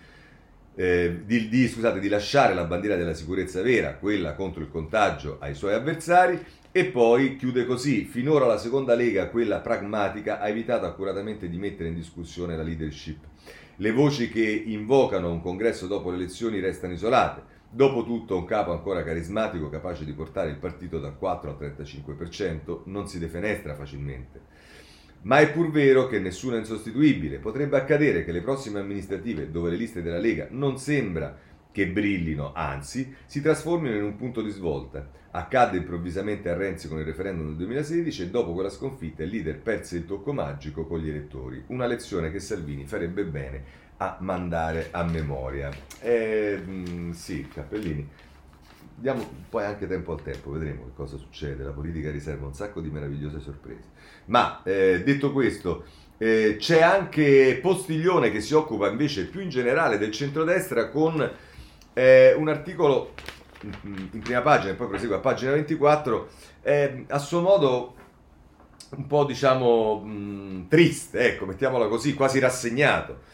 di lasciare la bandiera della sicurezza vera, quella contro il contagio, ai suoi avversari. E poi chiude così: finora la seconda Lega, quella pragmatica, ha evitato accuratamente di mettere in discussione la leadership. Le voci che invocano un congresso dopo le elezioni restano isolate. Dopotutto, un capo ancora carismatico, capace di portare il partito dal 4 al 35%, non si defenestra facilmente. Ma è pur vero che nessuno è insostituibile. Potrebbe accadere che le prossime amministrative, dove le liste della Lega non sembra che brillino, anzi, si trasformino in un punto di svolta. Accadde improvvisamente a Renzi con il referendum del 2016, e dopo quella sconfitta il leader perse il tocco magico con gli elettori. Una lezione che Salvini farebbe bene a mandare a memoria. Sì, Cappellini. Diamo poi anche tempo al tempo, vedremo che cosa succede. La politica riserva un sacco di meravigliose sorprese. Ma detto questo, c'è anche Postiglione che si occupa invece più in generale del centrodestra con un articolo in prima pagina, e poi prosegue a pagina 24, a suo modo un po' triste, ecco, mettiamola così, quasi rassegnato.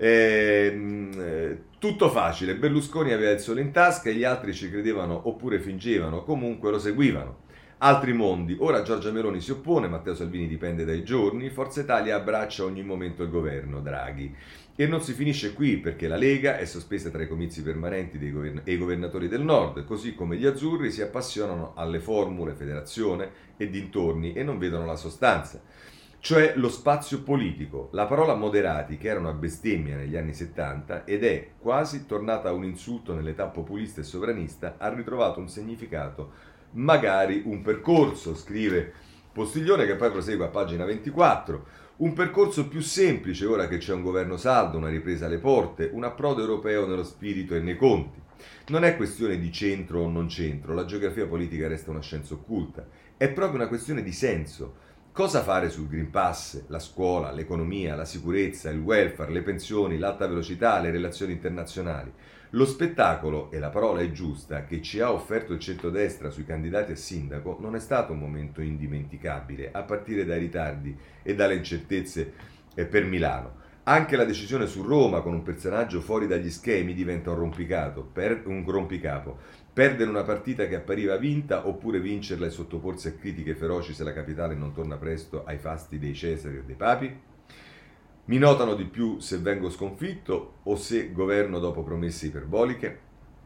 Tutto facile, Berlusconi aveva il sole in tasca e gli altri ci credevano oppure fingevano, comunque lo seguivano. Altri mondi, ora Giorgia Meloni si oppone, Matteo Salvini dipende dai giorni, Forza Italia abbraccia ogni momento il governo, Draghi. E non si finisce qui, perché la Lega è sospesa tra i comizi permanenti e i governatori del Nord, così come gli azzurri si appassionano alle formule, federazione e dintorni, e non vedono la sostanza, cioè lo spazio politico. La parola moderati, che era una bestemmia negli anni 70 ed è quasi tornata un insulto nell'età populista e sovranista, ha ritrovato un significato, magari un percorso, scrive Postiglione, che poi prosegue a pagina 24. Un percorso più semplice ora che c'è un governo saldo, una ripresa alle porte, un approdo europeo nello spirito e nei conti. Non è questione di centro o non centro, la geografia politica resta una scienza occulta, è proprio una questione di senso. Cosa fare sul Green Pass, la scuola, l'economia, la sicurezza, il welfare, le pensioni, l'alta velocità, le relazioni internazionali? Lo spettacolo, e la parola è giusta, che ci ha offerto il centrodestra sui candidati a sindaco non è stato un momento indimenticabile, a partire dai ritardi e dalle incertezze per Milano. Anche la decisione su Roma con un personaggio fuori dagli schemi diventa un rompicapo. Perdere una partita che appariva vinta oppure vincerla e sottoporsi a critiche feroci se la capitale non torna presto ai fasti dei Cesari o dei Papi? Mi notano di più se vengo sconfitto o se governo dopo promesse iperboliche?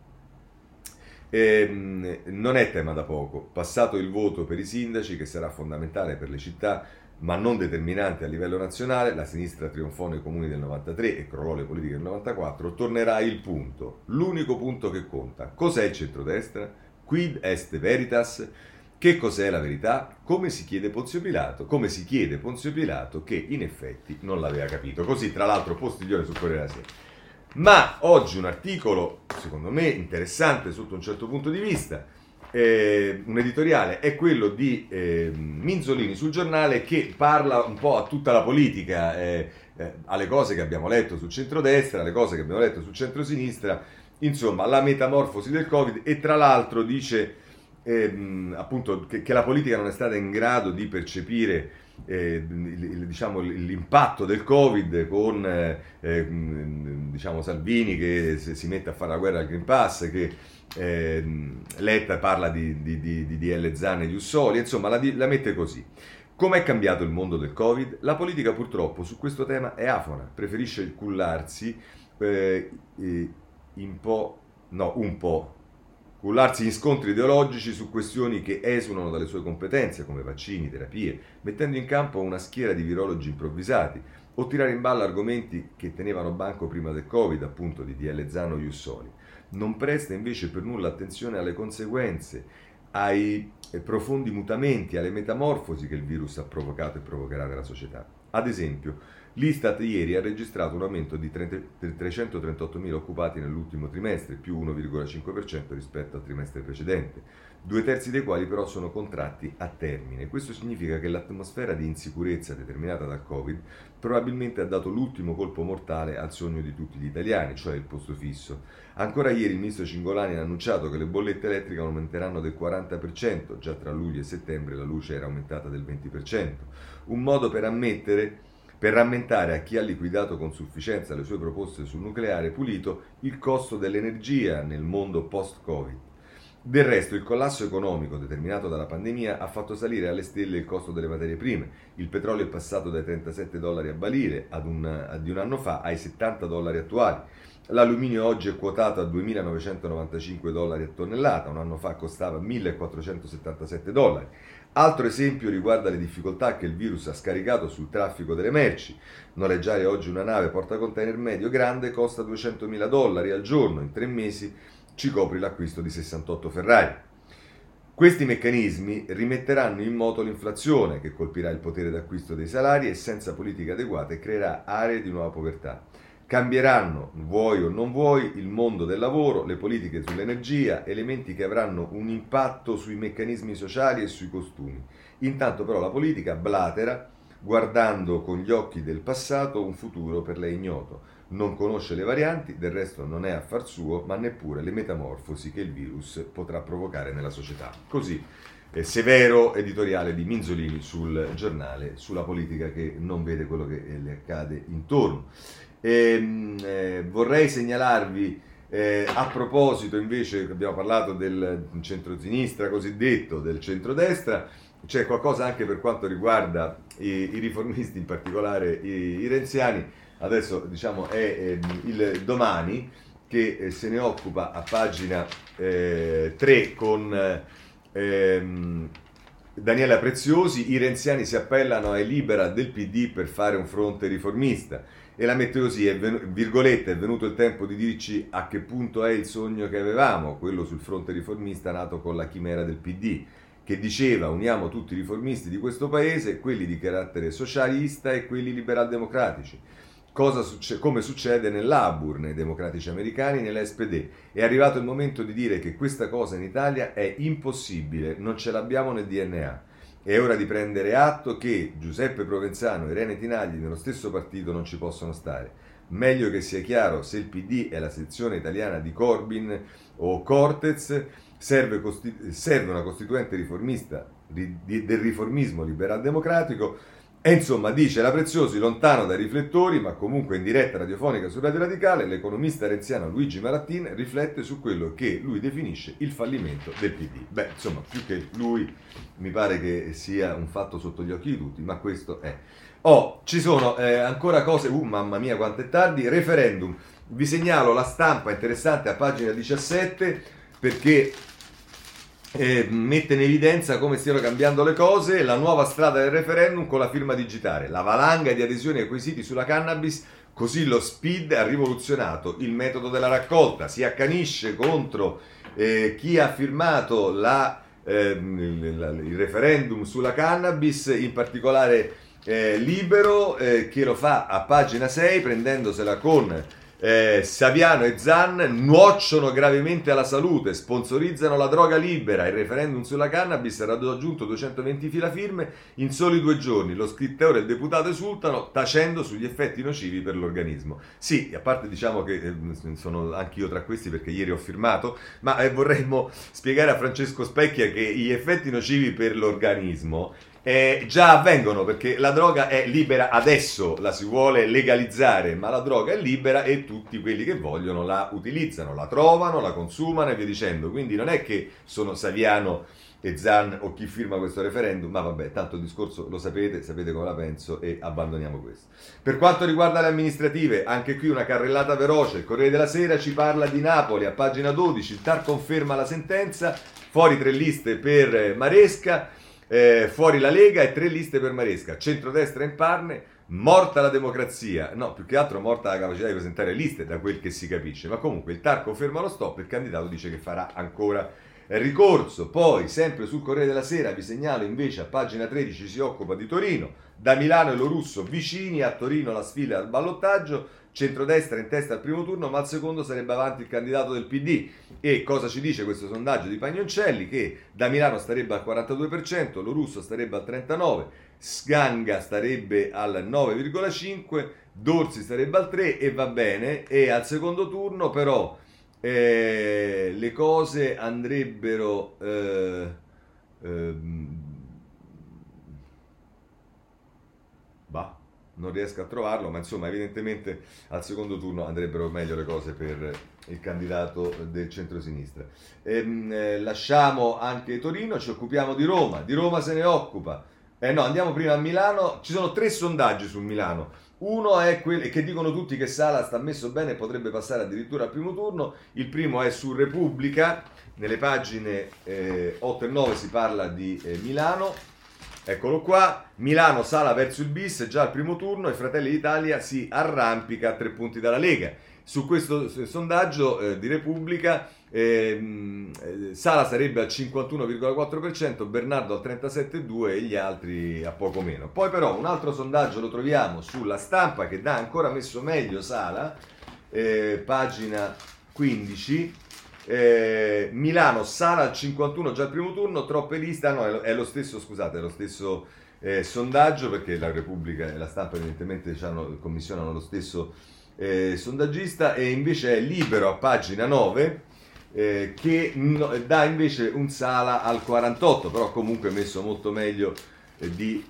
Non è tema da poco. Passato il voto per i sindaci, che sarà fondamentale per le città, ma non determinante a livello nazionale, la sinistra trionfò nei comuni del 93 e crollò le politiche del 94, tornerà il punto, l'unico punto che conta. Cos'è il centrodestra? Quid est veritas? Che cos'è la verità? Come si chiede Ponzio Pilato? Come si chiede Ponzio Pilato che in effetti non l'aveva capito. Così, tra l'altro, Postiglione sul Corriere della Sera. Ma oggi un articolo, secondo me, interessante sotto un certo punto di vista, un editoriale, è quello di Minzolini sul Giornale, che parla un po' a tutta la politica, alle cose che abbiamo letto sul centrodestra, alle cose che abbiamo letto sul centrosinistra, insomma, la metamorfosi del Covid, e tra l'altro dice appunto che la politica non è stata in grado di percepire diciamo, l'impatto del Covid con diciamo, Salvini che si mette a fare la guerra al Green Pass, che Letta parla di DL Zan e Jussoli, insomma la mette così. Com'è cambiato il mondo del Covid? La politica purtroppo su questo tema è afona, preferisce cullarsi un po' cullarsi in scontri ideologici su questioni che esulano dalle sue competenze, come vaccini, terapie, mettendo in campo una schiera di virologi improvvisati, o tirare in ballo argomenti che tenevano banco prima del Covid, appunto di DL Zan o Jussoli. Non presta invece per nulla attenzione alle conseguenze, ai profondi mutamenti, alle metamorfosi che il virus ha provocato e provocherà nella società. Ad esempio, l'Istat ieri ha registrato un aumento di 338.000 occupati nell'ultimo trimestre, più 1,5% rispetto al trimestre precedente, 2/3 dei quali però sono contratti a termine. Questo significa che l'atmosfera di insicurezza determinata dal Covid probabilmente ha dato l'ultimo colpo mortale al sogno di tutti gli italiani, cioè il posto fisso. Ancora ieri il ministro Cingolani ha annunciato che le bollette elettriche aumenteranno del 40%, già tra luglio e settembre la luce era aumentata del 20%, un modo per rammentare a chi ha liquidato con sufficienza le sue proposte sul nucleare pulito il costo dell'energia nel mondo post-Covid. Del resto, il collasso economico determinato dalla pandemia ha fatto salire alle stelle il costo delle materie prime. Il petrolio è passato dai $37 a barile di un anno fa ai $70 attuali. L'alluminio oggi è quotato a $2.995 a tonnellata, un anno fa costava $1.477. Altro esempio riguarda le difficoltà che il virus ha scaricato sul traffico delle merci. Noleggiare oggi una nave portacontainer medio grande costa $200.000 al giorno, in 3 mesi ci copri l'acquisto di 68 Ferrari. Questi meccanismi rimetteranno in moto l'inflazione, che colpirà il potere d'acquisto dei salari e senza politiche adeguate creerà aree di nuova povertà. Cambieranno, vuoi o non vuoi, il mondo del lavoro, le politiche sull'energia, elementi che avranno un impatto sui meccanismi sociali e sui costumi. Intanto però la politica blatera, guardando con gli occhi del passato un futuro per lei ignoto. Non conosce le varianti, del resto non è affar suo, ma neppure le metamorfosi che il virus potrà provocare nella società. Così, severo editoriale di Minzolini sul Giornale, sulla politica che non vede quello che le accade intorno. Vorrei segnalarvi, a proposito invece, abbiamo parlato del centro-sinistra cosiddetto, del centrodestra, c'è qualcosa anche per quanto riguarda i riformisti, in particolare i renziani. Adesso diciamo è il Domani che se ne occupa a pagina 3 con Daniela Preziosi. I renziani si appellano ai Libera del PD per fare un fronte riformista, e la mette così, virgolette, è venuto il tempo di dirci a che punto è il sogno che avevamo, quello sul fronte riformista nato con la chimera del PD, che diceva uniamo tutti i riformisti di questo paese, quelli di carattere socialista e quelli liberal-democratici. Come succede nell'Abur, nei democratici americani, nell'SPD. È arrivato il momento di dire che questa cosa in Italia è impossibile, non ce l'abbiamo nel DNA. È ora di prendere atto che Giuseppe Provenzano e Irene Tinagli nello stesso partito non ci possono stare. Meglio che sia chiaro se il PD è la sezione italiana di Corbyn o Cortez, serve una costituente riformista del riformismo liberal-democratico, E insomma, dice la Preziosi, lontano dai riflettori, ma comunque in diretta radiofonica su Radio Radicale, l'economista renziano Luigi Marattin riflette su quello che lui definisce il fallimento del PD. Beh, insomma, più che lui, mi pare che sia un fatto sotto gli occhi di tutti, ma questo è. Ci sono ancora cose, mamma mia quanto è tardi, referendum. Vi segnalo La Stampa, interessante, a pagina 17, perché mette in evidenza come stiano cambiando le cose, la nuova strada del referendum con la firma digitale, la valanga di adesioni ai quesiti sulla cannabis, così lo SPID ha rivoluzionato il metodo della raccolta, si accanisce contro chi ha firmato il referendum sulla cannabis, in particolare Libero, che lo fa a pagina 6 prendendosela con Saviano e Zan, nuocciono gravemente alla salute, sponsorizzano la droga libera, il referendum sulla cannabis ha raggiunto 220.000 firme in soli 2 giorni, lo scrittore e il deputato esultano tacendo sugli effetti nocivi per l'organismo. Sì, a parte diciamo che sono anch'io tra questi perché ieri ho firmato, ma vorremmo spiegare a Francesco Specchia che gli effetti nocivi per l'organismo già avvengono, perché la droga è libera adesso, la si vuole legalizzare, ma la droga è libera e tutti quelli che vogliono la utilizzano, la trovano, la consumano e via dicendo. Quindi non è che sono Saviano e Zan o chi firma questo referendum, ma vabbè, tanto il discorso lo sapete come la penso e abbandoniamo questo. Per quanto riguarda le amministrative, anche qui una carrellata veloce, il Corriere della Sera ci parla di Napoli, a pagina 12, il TAR conferma la sentenza, fuori 3 liste per Maresca, fuori la Lega e 3 liste per Maresca, centrodestra in Parne, morta la democrazia, no, più che altro morta la capacità di presentare liste, da quel che si capisce, ma comunque il TAR conferma lo stop, il candidato dice che farà ancora ricorso. Poi, sempre sul Corriere della Sera, vi segnalo invece a pagina 13 si occupa di Torino, da Milano e Lo Russo vicini, a Torino la sfida al ballottaggio, centrodestra in testa al primo turno, ma al secondo sarebbe avanti il candidato del PD. E cosa ci dice questo sondaggio di Pagnoncelli? Che da Milano starebbe al 42%, Lo Russo starebbe al 39%, Sganga starebbe al 9,5%, Dorsi starebbe al 3% e va bene. E al secondo turno però le cose andrebbero non riesco a trovarlo, ma insomma evidentemente al secondo turno andrebbero meglio le cose per il candidato del centrosinistra. Lasciamo anche Torino, ci occupiamo di Roma se ne occupa. No, andiamo prima a Milano, ci sono 3 sondaggi su Milano. Uno è quello che dicono tutti che Sala sta messo bene e potrebbe passare addirittura al primo turno. Il primo è su Repubblica, nelle pagine 8 e 9 si parla di Milano. Eccolo qua, Milano Sala verso il bis, già al primo turno, e Fratelli d'Italia si arrampica a 3 punti dalla Lega. Su questo sondaggio di Repubblica Sala sarebbe al 51,4%, Bernardo al 37,2% e gli altri a poco meno. Poi però un altro sondaggio lo troviamo sulla Stampa che dà ancora messo meglio Sala, pagina 15. Milano Sala al 51 già al primo turno, troppe liste, no, è lo stesso, scusate, è lo stesso sondaggio, perché la Repubblica e la Stampa evidentemente commissionano lo stesso sondaggista, e invece è Libero a pagina 9 che dà invece un Sala al 48, però comunque messo molto meglio di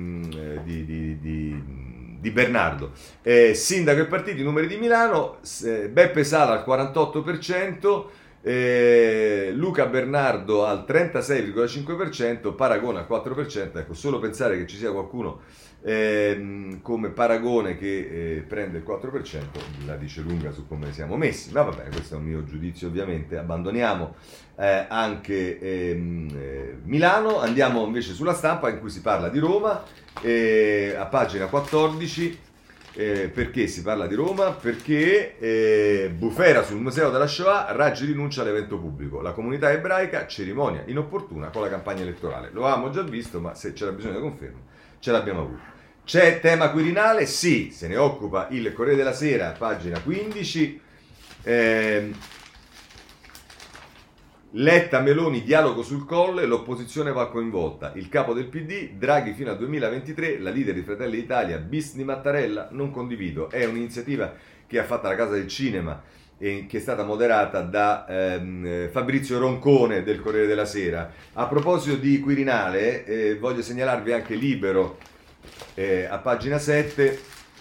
Bernardo. Sindaco e partiti, numeri di Milano, Beppe Sala al 48%, Luca Bernardo al 36,5%, Paragone al 4%. Ecco, solo pensare che ci sia qualcuno come Paragone che prende il 4% la dice lunga su come siamo messi, ma vabbè, questo è un mio giudizio ovviamente. Abbandoniamo anche Milano, andiamo invece sulla Stampa in cui si parla di Roma, a pagina 14. Perché si parla di Roma? Perché bufera sul Museo della Shoah, Raggi rinuncia all'evento pubblico, la comunità ebraica, cerimonia inopportuna con la campagna elettorale. Lo avevamo già visto, ma se c'era bisogno di conferma ce l'abbiamo avuto. C'è tema Quirinale? Sì, se ne occupa il Corriere della Sera, pagina 15. Letta, Meloni, dialogo sul Colle, l'opposizione va coinvolta. Il capo del PD, Draghi fino al 2023, la leader di Fratelli d'Italia, bis di Mattarella, non condivido. È un'iniziativa che ha fatto la Casa del Cinema e che è stata moderata da Fabrizio Roncone del Corriere della Sera. A proposito di Quirinale, voglio segnalarvi anche Libero, a pagina 7,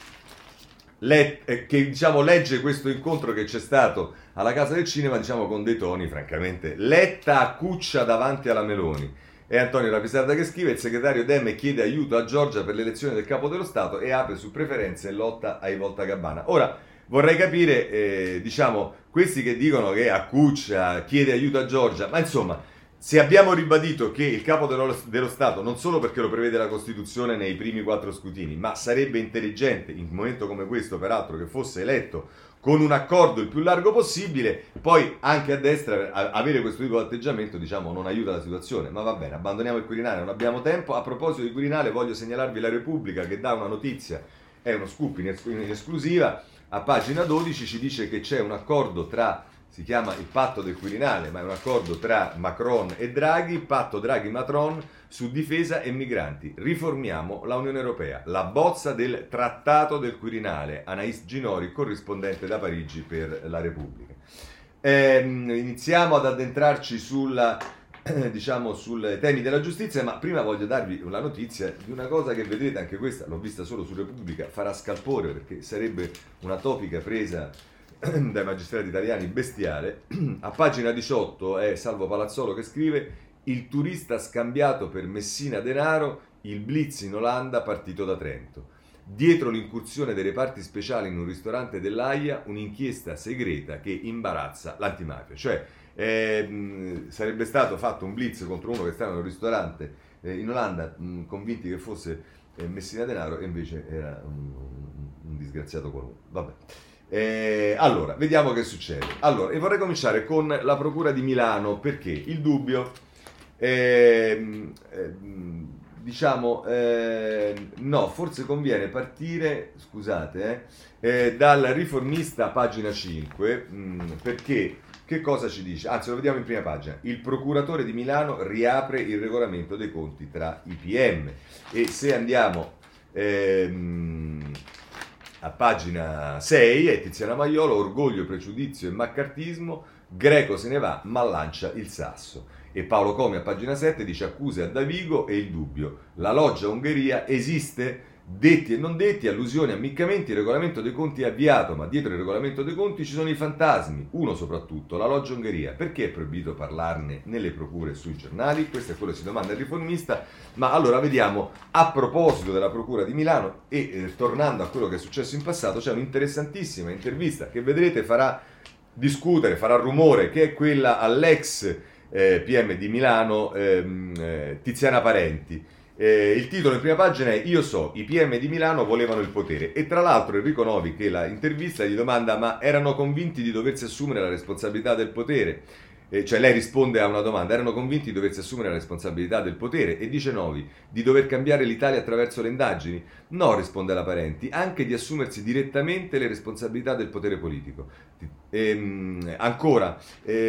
che diciamo legge questo incontro che c'è stato alla Casa del Cinema, diciamo con dei toni francamente Letta accuccia davanti alla Meloni. È Antonio Rapisarda che scrive: il segretario Dem chiede aiuto a Giorgia per l'elezione del capo dello Stato e apre su preferenze e lotta ai Voltagabbana. Ora vorrei capire, diciamo, questi che dicono che accuccia, chiede aiuto a Giorgia, ma insomma, se abbiamo ribadito che il capo dello Stato, non solo perché lo prevede la Costituzione nei primi 4 scrutini, ma sarebbe intelligente, in un momento come questo peraltro, che fosse eletto con un accordo il più largo possibile, poi anche a destra avere questo tipo di atteggiamento, diciamo, non aiuta la situazione. Ma va bene, abbandoniamo il Quirinale, non abbiamo tempo. A proposito di Quirinale voglio segnalarvi la Repubblica che dà una notizia, è uno scoop in esclusiva, a pagina 12 ci dice che c'è un accordo tra, si chiama il patto del Quirinale, ma è un accordo tra Macron e Draghi, patto Draghi-Macron su difesa e migranti. Riformiamo la Unione Europea. La bozza del trattato del Quirinale. Anaïs Ginori, corrispondente da Parigi per la Repubblica. Iniziamo ad addentrarci diciamo, sul temi della giustizia, ma prima voglio darvi la notizia di una cosa che vedrete, anche questa l'ho vista solo su Repubblica, farà scalpore perché sarebbe una topica presa dai magistrati italiani bestiale. A pagina 18 è Salvo Palazzolo che scrive: il turista scambiato per Messina denaro, il blitz in Olanda partito da Trento. Dietro l'incursione dei reparti speciali in un ristorante dell'Aia, un'inchiesta segreta che imbarazza l'antimafia. Cioè sarebbe stato fatto un blitz contro uno che stava in un ristorante in Olanda, convinti che fosse Messina denaro, e invece era un disgraziato qualunque. Vabbè. Allora, vediamo che succede. Allora, e vorrei cominciare con la Procura di Milano, perché il dubbio, diciamo, no, forse conviene partire, scusate, dal Riformista, pagina 5, perché che cosa ci dice? Anzi, lo vediamo in prima pagina. Il procuratore di Milano riapre il regolamento dei conti tra i PM. E se andiamo a pagina 6 è Tiziana Maiolo: orgoglio, pregiudizio e maccartismo, Greco se ne va ma lancia il sasso. E Paolo Comi a pagina 7 dice: accuse a Davigo e il dubbio, la loggia Ungheria esiste? Detti e non detti, allusioni, ammiccamenti, il regolamento dei conti è avviato, ma dietro il regolamento dei conti ci sono i fantasmi, uno soprattutto, la loggia Ungheria. Perché è proibito parlarne nelle procure e sui giornali? Questo è quello che si domanda il Riformista. Ma allora vediamo, a proposito della Procura di Milano e tornando a quello che è successo in passato, c'è un'interessantissima intervista che vedrete farà discutere, farà rumore, che è quella all'ex PM di Milano, Tiziana Parenti. Il titolo in prima pagina è: io so, i PM di Milano volevano il potere. E tra l'altro Enrico Novi, che la intervista, gli domanda: ma erano convinti di doversi assumere la responsabilità del potere? Cioè lei risponde a una domanda: erano convinti di doversi assumere la responsabilità del potere? E dice Novi: di dover cambiare l'Italia attraverso le indagini? No, risponde la Parenti, anche di assumersi direttamente le responsabilità del potere politico. Ancora,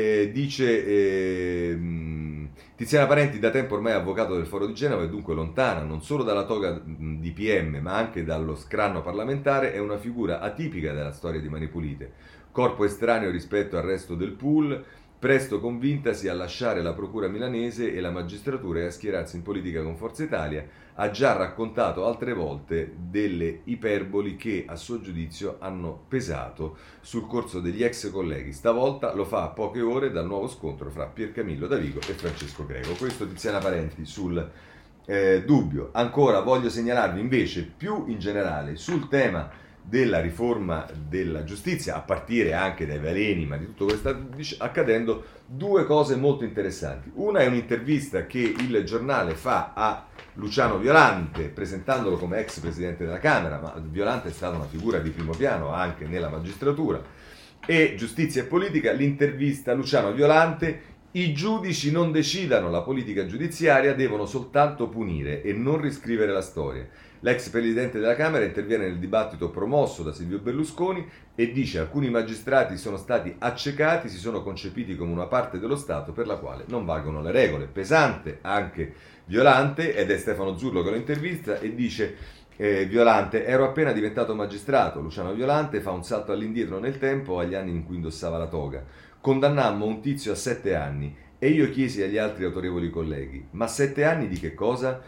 dice Tiziana Parenti, da tempo ormai avvocato del Foro di Genova e dunque lontana non solo dalla toga di PM ma anche dallo scranno parlamentare, è una figura atipica della storia di Mani Pulite. Corpo estraneo rispetto al resto del pool, presto convintasi a lasciare la procura milanese e la magistratura e a schierarsi in politica con Forza Italia, ha già raccontato altre volte delle iperboli che a suo giudizio hanno pesato sul corso degli ex colleghi. Stavolta lo fa a poche ore dal nuovo scontro fra Piercamillo Davigo e Francesco Greco. Questo Tiziana Parenti sul dubbio. Ancora voglio segnalarvi invece più in generale sul tema della riforma della giustizia, a partire anche dai veleni, ma di tutto quello che sta accadendo, due cose molto interessanti. Una è un'intervista che il giornale fa a Luciano Violante, presentandolo come ex presidente della Camera, ma Violante è stata una figura di primo piano anche nella magistratura. E Giustizia e Politica, l'intervista a Luciano Violante: i giudici non decidano la politica giudiziaria, devono soltanto punire e non riscrivere la storia. L'ex presidente della Camera interviene nel dibattito promosso da Silvio Berlusconi e dice: alcuni magistrati sono stati accecati, si sono concepiti come una parte dello Stato per la quale non valgono le regole. Pesante anche Violante, ed è Stefano Zurlo che lo intervista e dice: Violante, ero appena diventato magistrato. Luciano Violante fa un salto all'indietro nel tempo, agli anni in cui indossava la toga. Condannammo un tizio a 7 anni e io chiesi agli altri autorevoli colleghi: ma 7 anni di che cosa?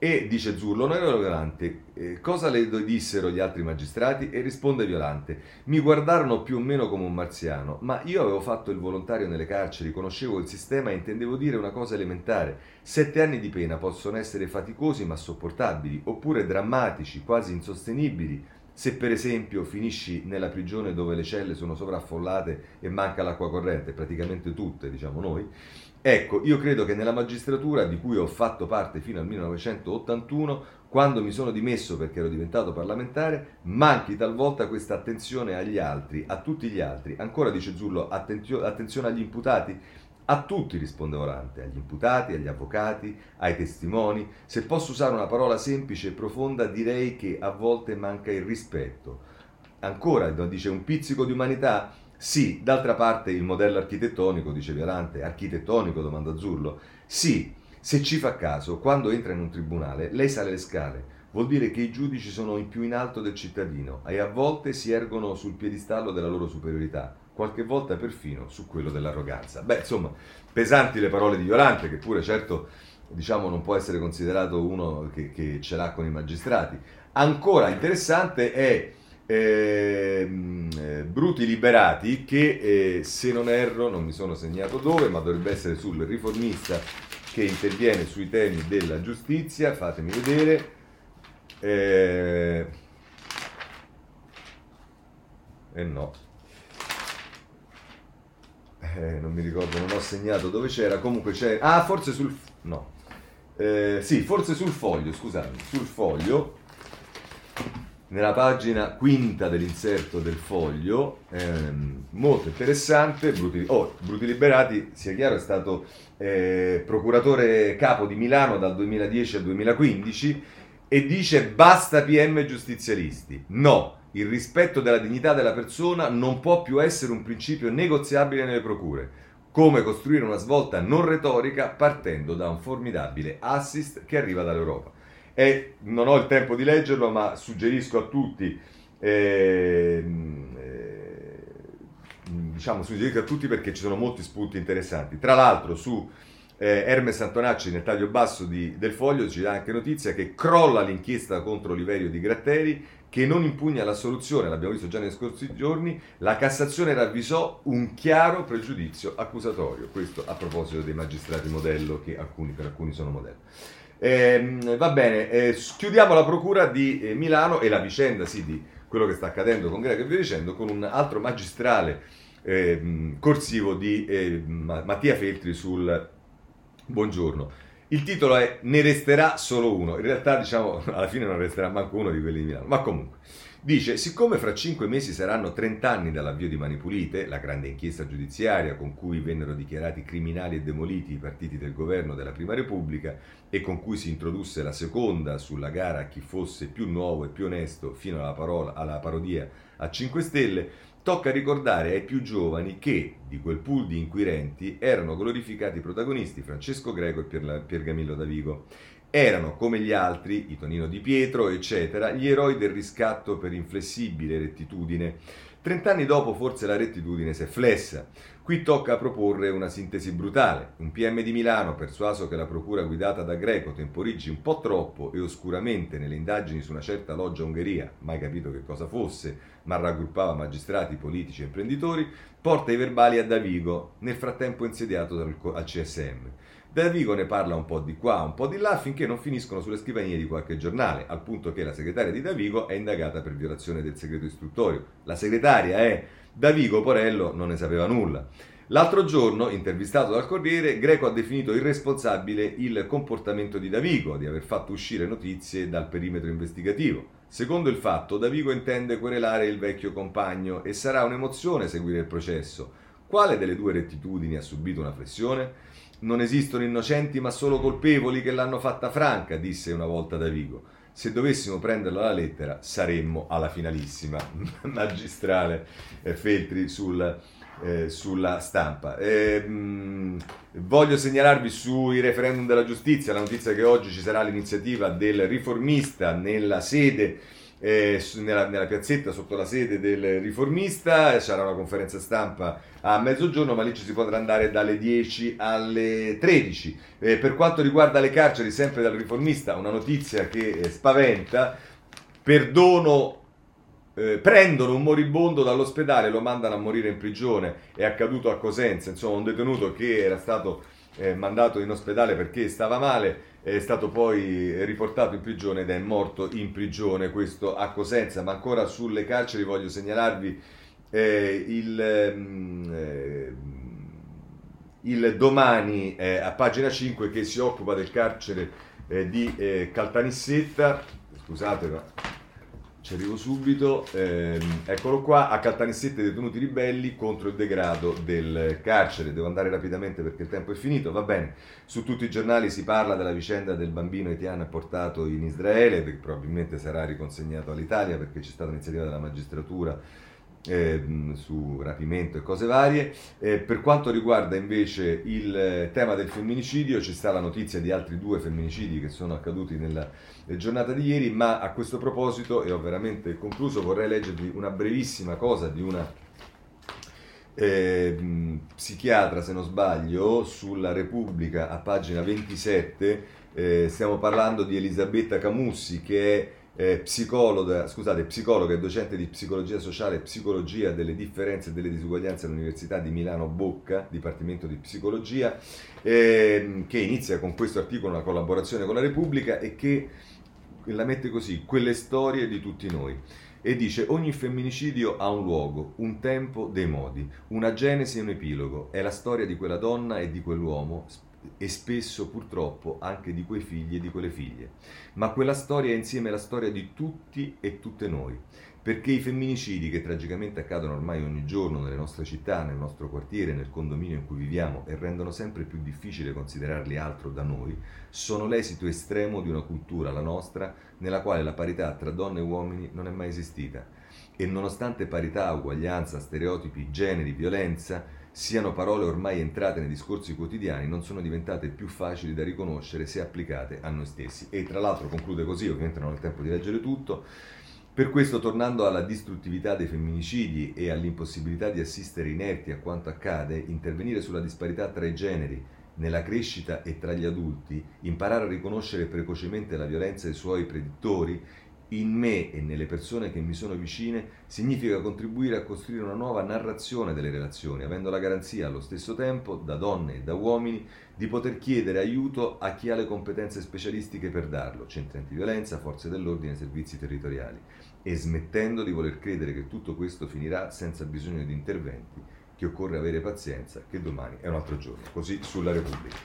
E dice Zurlo, onorevole Violante, cosa le dissero gli altri magistrati? E risponde Violante, mi guardarono più o meno come un marziano, ma io avevo fatto il volontario nelle carceri, conoscevo il sistema e intendevo dire una cosa elementare. 7 anni di pena possono essere faticosi ma sopportabili, oppure drammatici, quasi insostenibili, se per esempio finisci nella prigione dove le celle sono sovraffollate e manca l'acqua corrente, praticamente tutte, diciamo noi. Ecco, io credo che nella magistratura, di cui ho fatto parte fino al 1981, quando mi sono dimesso perché ero diventato parlamentare, manchi talvolta questa attenzione agli altri, a tutti gli altri. Ancora dice Zullo, attenzione agli imputati? A tutti, risponde Volante, agli imputati, agli avvocati, ai testimoni. Se posso usare una parola semplice e profonda, direi che a volte manca il rispetto. Ancora, dice, un pizzico di umanità? Sì, d'altra parte il modello architettonico, dice Violante, architettonico, domanda Zurlo. Sì, se ci fa caso, quando entra in un tribunale, lei sale le scale. Vuol dire che i giudici sono più in alto del cittadino e a volte si ergono sul piedistallo della loro superiorità, qualche volta perfino su quello dell'arroganza. Beh, insomma, pesanti le parole di Violante, che pure certo, diciamo, non può essere considerato uno che ce l'ha con i magistrati. Ancora interessante è Bruti Liberati, che se non erro, non mi sono segnato dove, ma dovrebbe essere sul Riformista, che interviene sui temi della giustizia. Fatemi vedere. No, non mi ricordo, non ho segnato dove c'era. Comunque c'è, forse sul, no, sì, forse sul Foglio, scusate, sul Foglio, nella pagina quinta dell'inserto del Foglio, molto interessante. Bruti Liberati, sia chiaro, è stato procuratore capo di Milano dal 2010 al 2015 e dice basta PM giustizialisti. No, il rispetto della dignità della persona non può più essere un principio negoziabile nelle procure. Come costruire una svolta non retorica partendo da un formidabile assist che arriva dall'Europa. E non ho il tempo di leggerlo, ma suggerisco a tutti, suggerisco a tutti perché ci sono molti spunti interessanti. Tra l'altro su Hermes Antonacci nel taglio basso del Foglio ci dà anche notizia che crolla l'inchiesta contro Oliverio Di Gratteri, che non impugna l'assoluzione, l'abbiamo visto già nei scorsi giorni. La Cassazione ravvisò un chiaro pregiudizio accusatorio. Questo a proposito dei magistrati modello, che per alcuni sono modello. Va bene, chiudiamo la procura di Milano e la vicenda di quello che sta accadendo con Greco e via dicendo, con un altro magistrale corsivo di Mattia Feltri sul Buongiorno. Il titolo è Ne resterà solo uno. In realtà, diciamo, alla fine non resterà manco uno di quelli di Milano, ma comunque. Dice, siccome fra 5 mesi saranno 30 anni dall'avvio di Mani Pulite, la grande inchiesta giudiziaria con cui vennero dichiarati criminali e demoliti i partiti del governo della Prima Repubblica e con cui si introdusse la seconda sulla gara a chi fosse più nuovo e più onesto fino alla parodia a 5 Stelle, tocca ricordare ai più giovani che di quel pool di inquirenti erano glorificati protagonisti Francesco Greco e Piergamillo Davigo. Erano, come gli altri, i Tonino Di Pietro, eccetera, gli eroi del riscatto per inflessibile rettitudine. 30 anni dopo forse la rettitudine si è flessa. Qui tocca proporre una sintesi brutale. Un PM di Milano, persuaso che la procura guidata da Greco temporeggi un po' troppo e oscuramente nelle indagini su una certa loggia Ungheria, mai capito che cosa fosse, ma raggruppava magistrati, politici e imprenditori, porta i verbali a Davigo, nel frattempo insediato al CSM. Davigo ne parla un po' di qua, un po' di là, finché non finiscono sulle scrivanie di qualche giornale, al punto che la segretaria di Davigo è indagata per violazione del segreto istruttorio. La segretaria è Davigo, Porello, non ne sapeva nulla. L'altro giorno, intervistato dal Corriere, Greco ha definito irresponsabile il comportamento di Davigo, di aver fatto uscire notizie dal perimetro investigativo. Secondo il fatto, Davigo intende querelare il vecchio compagno e sarà un'emozione seguire il processo. Quale delle due rettitudini ha subito una flessione? Non esistono innocenti ma solo colpevoli che l'hanno fatta franca, disse una volta Davigo. Se dovessimo prenderla alla lettera saremmo alla finalissima. Magistrale Feltri sulla Stampa. Voglio segnalarvi sui referendum della giustizia la notizia che oggi ci sarà l'iniziativa del Riformista nella sede nella piazzetta sotto la sede del Riformista, c'era una conferenza stampa a mezzogiorno, ma lì ci si potrà andare dalle 10 alle 13. Per quanto riguarda le carceri, sempre dal Riformista, una notizia che spaventa: prendono un moribondo dall'ospedale, lo mandano a morire in prigione. È accaduto a Cosenza, insomma, un detenuto che era stato mandato in ospedale perché stava male, è stato poi riportato in prigione ed è morto in prigione, questo a Cosenza. Ma ancora sulle carceri voglio segnalarvi il Domani a pagina 5, che si occupa del carcere di Caltanissetta. Scusate, ma ci arrivo subito. Eccolo qua: a Caltanissetta i detenuti ribelli contro il degrado del carcere. Devo andare rapidamente perché il tempo è finito. Va bene, su tutti i giornali si parla della vicenda del bambino haitiano portato in Israele, che probabilmente sarà riconsegnato all'Italia perché c'è stata un'iniziativa della magistratura su rapimento e cose varie. Per quanto riguarda invece il tema del femminicidio, ci sta la notizia di altri 2 femminicidi che sono accaduti nella giornata di ieri. Ma a questo proposito, e ho veramente concluso, vorrei leggervi una brevissima cosa di una psichiatra, se non sbaglio, sulla Repubblica a pagina 27. Stiamo parlando di Elisabetta Camussi, che è psicologa e docente di psicologia sociale e psicologia delle differenze e delle disuguaglianze all'Università di Milano Bocca, Dipartimento di Psicologia, che inizia con questo articolo una collaborazione con la Repubblica e che la mette così: quelle storie di tutti noi. E dice: ogni femminicidio ha un luogo, un tempo, dei modi, una genesi e un epilogo. È la storia di quella donna e di quell'uomo, e spesso purtroppo anche di quei figli e di quelle figlie. Ma quella storia è insieme la storia di tutti e tutte noi, perché i femminicidi che tragicamente accadono ormai ogni giorno nelle nostre città, nel nostro quartiere, nel condominio in cui viviamo, e rendono sempre più difficile considerarli altro da noi, sono l'esito estremo di una cultura, la nostra, nella quale la parità tra donne e uomini non è mai esistita. E nonostante parità, uguaglianza, stereotipi, generi, violenza siano parole ormai entrate nei discorsi quotidiani, non sono diventate più facili da riconoscere se applicate a noi stessi. E tra l'altro conclude così, ovviamente non ho il tempo di leggere tutto: per questo, tornando alla distruttività dei femminicidi e all'impossibilità di assistere inerti a quanto accade, intervenire sulla disparità tra i generi nella crescita e tra gli adulti, imparare a riconoscere precocemente la violenza dei suoi predittori in me e nelle persone che mi sono vicine, significa contribuire a costruire una nuova narrazione delle relazioni, avendo la garanzia allo stesso tempo, da donne e da uomini, di poter chiedere aiuto a chi ha le competenze specialistiche per darlo: centri antiviolenza, forze dell'ordine, servizi territoriali, e smettendo di voler credere che tutto questo finirà senza bisogno di interventi, che occorre avere pazienza, che domani è un altro giorno. Così sulla Repubblica.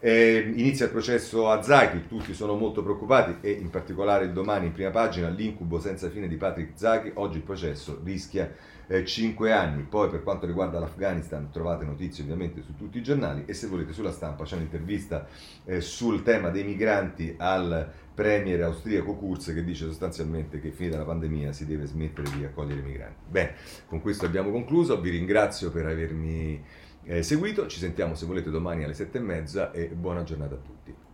Inizia il processo a Zaki, tutti sono molto preoccupati, e in particolare il Domani in prima pagina: l'incubo senza fine di Patrick Zaki, oggi il processo rischia 5 anni. Poi per quanto riguarda l'Afghanistan trovate notizie ovviamente su tutti i giornali, e se volete sulla Stampa c'è un'intervista sul tema dei migranti al premier austriaco Kurz, che dice sostanzialmente che finita la pandemia si deve smettere di accogliere i migranti. Bene, con questo abbiamo concluso, vi ringrazio per avermi seguito, ci sentiamo se volete domani alle 7:30 e buona giornata a tutti.